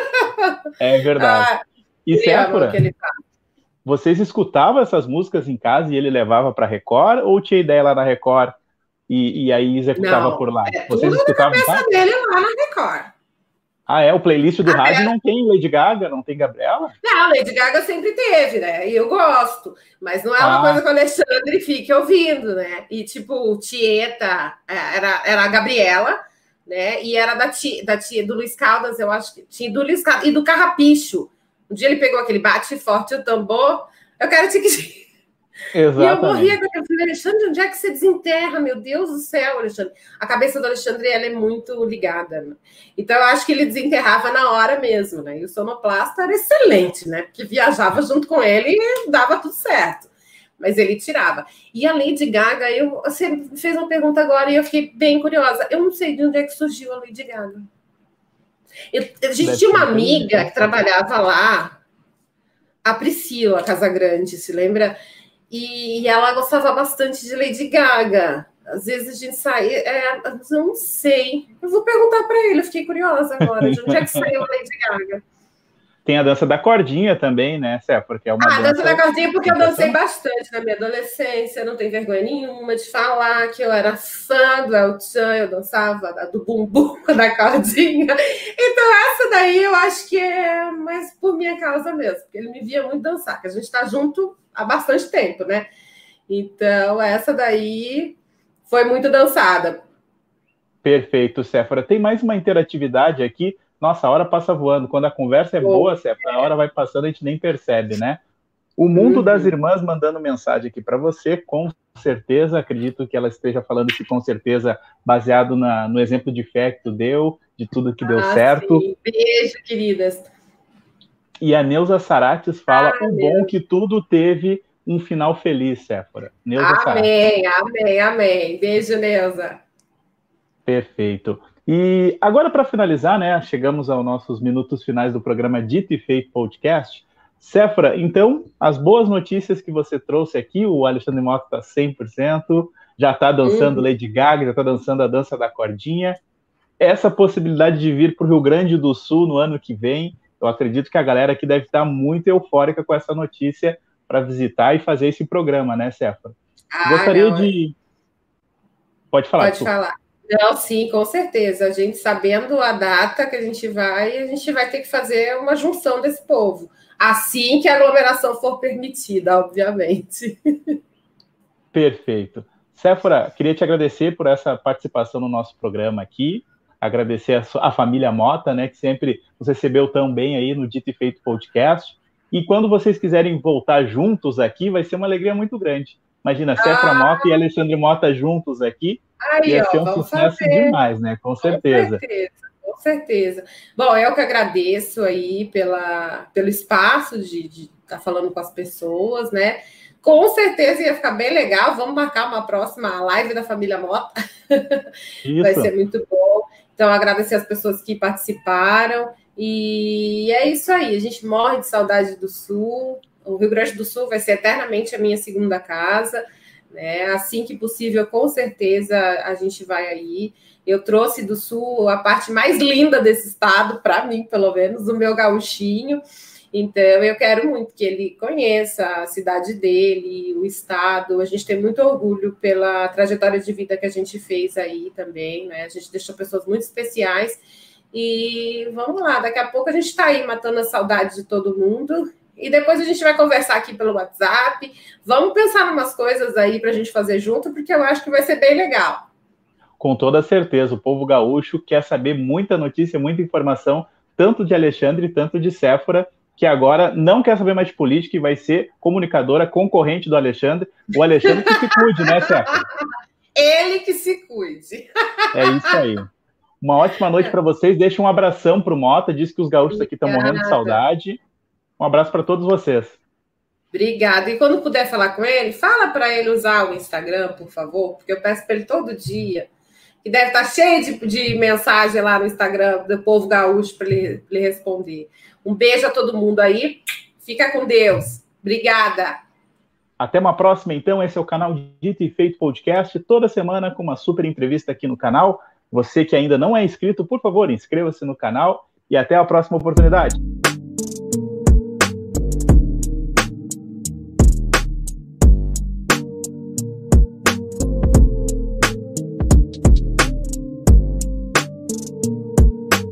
É verdade. E Séfora, vocês escutavam essas músicas em casa e ele levava para Record, ou tinha ideia lá na Record e aí executava por lá? Vocês escutavam na cabeça dele lá na Record. Ah, o playlist do rádio não tem Lady Gaga, não tem Gabriela? Não, Lady Gaga sempre teve, né? E eu gosto, mas não é uma coisa que o Alexandre fique ouvindo, né? E tipo, Tieta, era a Gabriela, né? E era da tia do Luiz Caldas, eu acho que tinha do Luiz Caldas, e do Carrapicho. Um dia ele pegou aquele bate forte o tambor, eu quero te... Exatamente. E eu morria com aquele filho, Alexandre, onde é que você desenterra? Meu Deus do céu, Alexandre. A cabeça do Alexandre, ela é muito ligada, né? Então, eu acho que ele desenterrava na hora mesmo, né? E o sonoplasta era excelente, né? Porque viajava junto com ele e dava tudo certo. Mas ele tirava. E a Lady Gaga, você me fez uma pergunta agora e eu fiquei bem curiosa. Eu não sei de onde é que surgiu a Lady Gaga. A gente tinha uma amiga que trabalhava lá, a Priscila Casagrande, se lembra? E ela gostava bastante de Lady Gaga. Às vezes a gente saía... eu não sei. Eu vou perguntar para ele, eu fiquei curiosa agora. De onde é que saiu a Lady Gaga? Tem a dança da cordinha também, né, Sé? Porque é uma dança... a dança da cordinha porque eu dancei bastante na minha adolescência. Não tenho vergonha nenhuma de falar que eu era fã do El Chan. Eu dançava do bumbum da cordinha. Então essa daí eu acho que é mais por minha causa mesmo. Porque ele me via muito dançar. Que a gente está junto há bastante tempo, né? Então essa daí foi muito dançada. Perfeito, Séfora. Tem mais uma interatividade aqui. Nossa, a hora passa voando. Quando a conversa é boa, Séfora, a hora vai passando, a gente nem percebe, né? O Mundo das Irmãs mandando mensagem aqui para você, com certeza, acredito que ela esteja falando isso com certeza baseado no exemplo de fé que tu deu, de tudo que deu certo. Sim. Beijo, queridas. E a Neuza Sarates fala, bom que tudo teve um final feliz, Séfora. Amém. Beijo, Neuza. Perfeito. E agora, para finalizar, né, chegamos aos nossos minutos finais do programa Dito e Feito Podcast. Séfora, então, as boas notícias que você trouxe aqui, o Alexandre Mota está 100%, já está dançando Lady Gaga, já está dançando a dança da cordinha. Essa possibilidade de vir para o Rio Grande do Sul no ano que vem, eu acredito que a galera aqui deve estar muito eufórica com essa notícia para visitar e fazer esse programa, né, Séfora? Gostaria de... Pode falar. Pode falar. Não, sim, com certeza. A gente sabendo a data que a gente vai ter que fazer uma junção desse povo. Assim que a aglomeração for permitida, obviamente. Perfeito. Séfora, queria te agradecer por essa participação no nosso programa aqui. Agradecer a família Mota, né, que sempre nos recebeu tão bem aí no Dito e Feito Podcast. E quando vocês quiserem voltar juntos aqui, vai ser uma alegria muito grande. Imagina, Séfora Mota e Alexandre Mota juntos aqui. Ia ser um sucesso demais, né? Com certeza. Com certeza. Bom, eu que agradeço aí pelo espaço de estar falando com as pessoas, né? Com certeza ia ficar bem legal. Vamos marcar uma próxima live da família Mota. Vai ser muito bom. Então, agradecer as pessoas que participaram. E é isso aí. A gente morre de saudade do Sul. O Rio Grande do Sul vai ser eternamente a minha segunda casa. Né? Assim que possível, com certeza, a gente vai aí. Eu trouxe do Sul a parte mais linda desse estado, para mim, pelo menos, o meu gauchinho. Então, eu quero muito que ele conheça a cidade dele, o estado. A gente tem muito orgulho pela trajetória de vida que a gente fez aí também, né? A gente deixou pessoas muito especiais. E vamos lá, daqui a pouco a gente está aí matando a saudade de todo mundo. E depois a gente vai conversar aqui pelo WhatsApp. Vamos pensar em umas coisas aí para a gente fazer junto, porque eu acho que vai ser bem legal. Com toda certeza, o povo gaúcho quer saber muita notícia, muita informação, tanto de Alexandre, tanto de Séfora, que agora não quer saber mais de política e vai ser comunicadora concorrente do Alexandre. O Alexandre que se cuide, né, Séfora? Ele que se cuide. É isso aí. Uma ótima noite para vocês. Deixa um abração para o Mota. Diz que os gaúchos aqui estão morrendo de saudade. Um abraço para todos vocês. Obrigada. E quando puder falar com ele, fala para ele usar o Instagram, por favor, porque eu peço para ele todo dia, que deve estar cheio de mensagem lá no Instagram do povo gaúcho para ele responder. Um beijo a todo mundo aí. Fica com Deus. Obrigada. Até uma próxima, então. Esse é o canal Dito e Feito Podcast, toda semana com uma super entrevista aqui no canal. Você que ainda não é inscrito, por favor, inscreva-se no canal e até a próxima oportunidade.